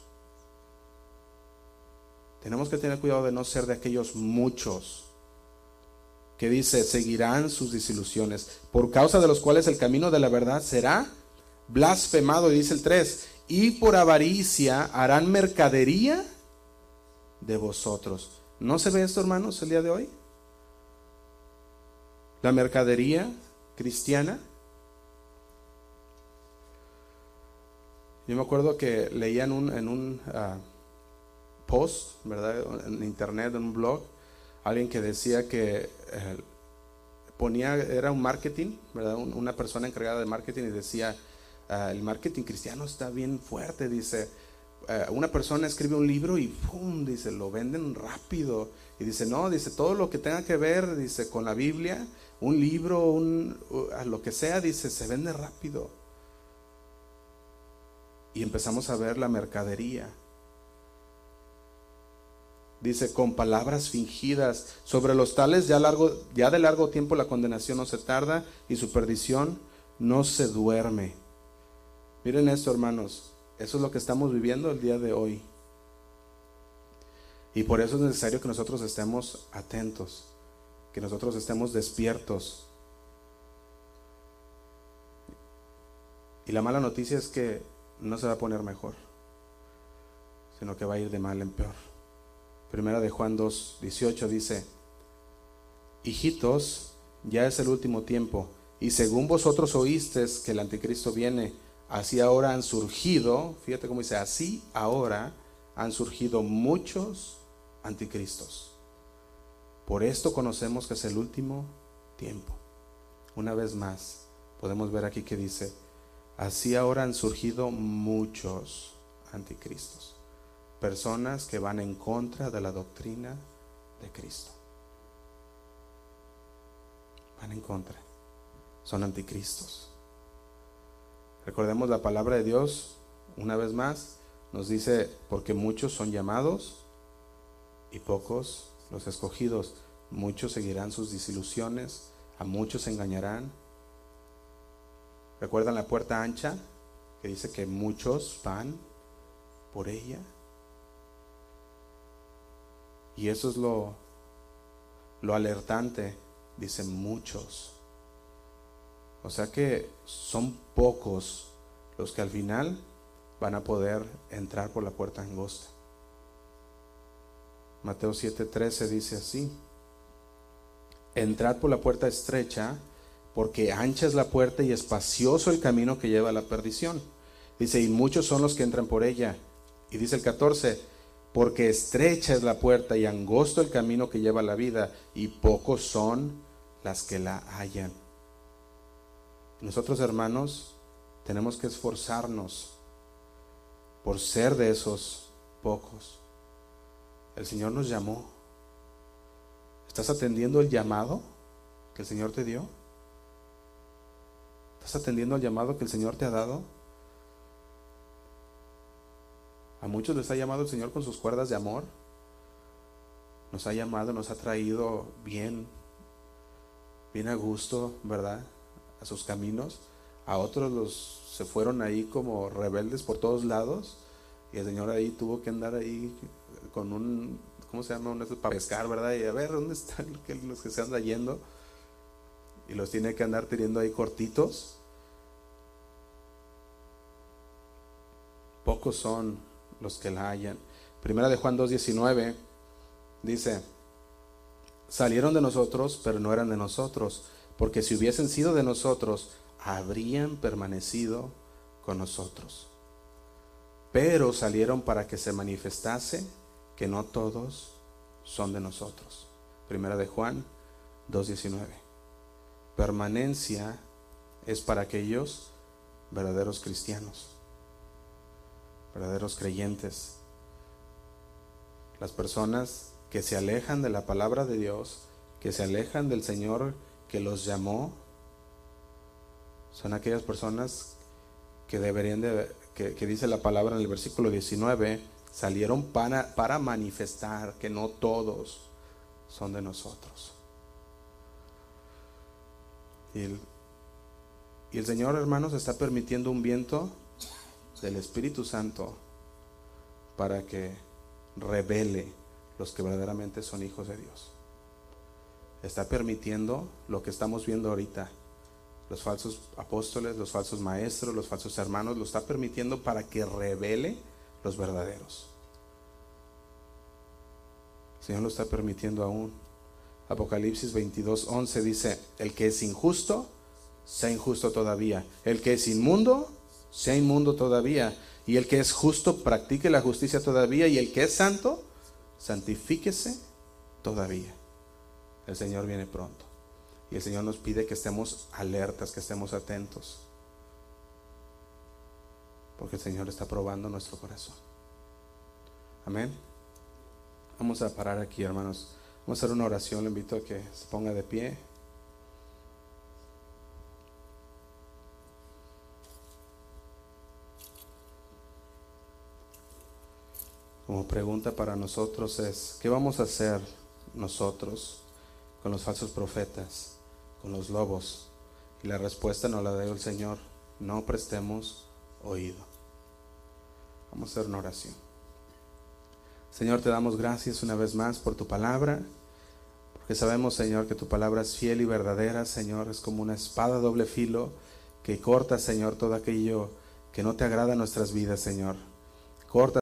Tenemos que tener cuidado de no ser de aquellos muchos que dice: seguirán sus desilusiones, por causa de los cuales el camino de la verdad será blasfemado. Y dice el 3: y por avaricia harán mercadería de vosotros. ¿No se ve esto, hermanos, el día de hoy? La mercadería cristiana. Yo me acuerdo que leía en un post, ¿verdad?, en internet, en un blog, alguien que decía que era un marketing, ¿verdad?, una persona encargada de marketing, y decía: el marketing cristiano está bien fuerte. Dice: una persona escribe un libro y ¡pum!, dice, lo venden rápido. Y dice: no, dice, todo lo que tenga que ver, dice, con la Biblia, un libro, lo que sea, dice, se vende rápido. Y empezamos a ver la mercadería. Dice: con palabras fingidas, sobre los tales ya de largo tiempo la condenación no se tarda, y su perdición no se duerme. Miren esto, hermanos, eso es lo que estamos viviendo el día de hoy. Y por eso es necesario que nosotros estemos atentos, que nosotros estemos despiertos. Y la mala noticia es que no se va a poner mejor, sino que va a ir de mal en peor. Primera de Juan 2:18 dice: hijitos, ya es el último tiempo, y según vosotros oísteis que el anticristo viene, así ahora han surgido, fíjate cómo dice, así ahora han surgido muchos anticristos. Por esto conocemos que es el último tiempo. Una vez más, podemos ver aquí que dice, así ahora han surgido muchos anticristos. Personas que van en contra de la doctrina de Cristo. Van en contra. Son anticristos. Recordemos la palabra de Dios, una vez más, nos dice, porque muchos son llamados y pocos los escogidos. Muchos seguirán sus desilusiones, a muchos engañarán. ¿Recuerdan la puerta ancha? Que dice que muchos van por ella. Y eso es lo alertante. Dicen muchos. O sea que son pocos los que al final van a poder entrar por la puerta angosta. Mateo 7:13 dice así: entrad por la puerta estrecha, porque ancha es la puerta y espacioso el camino que lleva a la perdición. Dice, y muchos son los que entran por ella. Y dice el 14, porque estrecha es la puerta y angosto el camino que lleva a la vida, y pocos son las que la hallan. Nosotros, hermanos, tenemos que esforzarnos por ser de esos pocos. El Señor nos llamó. ¿Estás atendiendo el llamado que el Señor te dio? ¿Estás atendiendo el llamado que el Señor te ha dado? A muchos les ha llamado el Señor con sus cuerdas de amor. Nos ha llamado, nos ha traído bien a gusto, ¿verdad?, a sus caminos. A otros se fueron ahí como rebeldes por todos lados, y el Señor ahí tuvo que andar ahí con un, ¿cómo se llama? Para pescar, ¿verdad? Y a ver, ¿dónde están los que se andan yendo? Y los tiene que andar teniendo ahí cortitos. Pocos son los que la hallan. Primera de Juan 2:19 dice, salieron de nosotros, pero no eran de nosotros, porque si hubiesen sido de nosotros, habrían permanecido con nosotros. Pero salieron para que se manifestase que no todos son de nosotros. Primera de Juan 2:19. Permanencia es para aquellos verdaderos cristianos, verdaderos creyentes. Las personas que se alejan de la palabra de Dios, que se alejan del Señor que los llamó, son aquellas personas que deberían que dice la palabra en el versículo 19, salieron para manifestar que no todos son de nosotros. Y el Señor, hermanos, está permitiendo un viento del Espíritu Santo para que revele los que verdaderamente son hijos de Dios. Está permitiendo lo que estamos viendo ahorita. Los falsos apóstoles, los falsos maestros, los falsos hermanos, lo está permitiendo para que revele los verdaderos. El Señor lo está permitiendo aún. Apocalipsis 22:11 dice, el que es injusto, sea injusto todavía. El que es inmundo, sea inmundo todavía. Y el que es justo, practique la justicia todavía. Y el que es santo, santifíquese todavía. El Señor viene pronto. Y el Señor nos pide que estemos alertas, que estemos atentos. Porque el Señor está probando nuestro corazón. Amén. Vamos a parar aquí, hermanos. Vamos a hacer una oración. Le invito a que se ponga de pie. Como pregunta para nosotros es, ¿qué vamos a hacer nosotros con los falsos profetas, con los lobos? Y la respuesta nos la dio el Señor: no prestemos oído. Vamos a hacer una oración. Señor, te damos gracias una vez más por tu palabra, porque sabemos, Señor, que tu palabra es fiel y verdadera, Señor. Es como una espada de doble filo que corta, Señor, todo aquello que no te agrada en nuestras vidas, Señor. Corta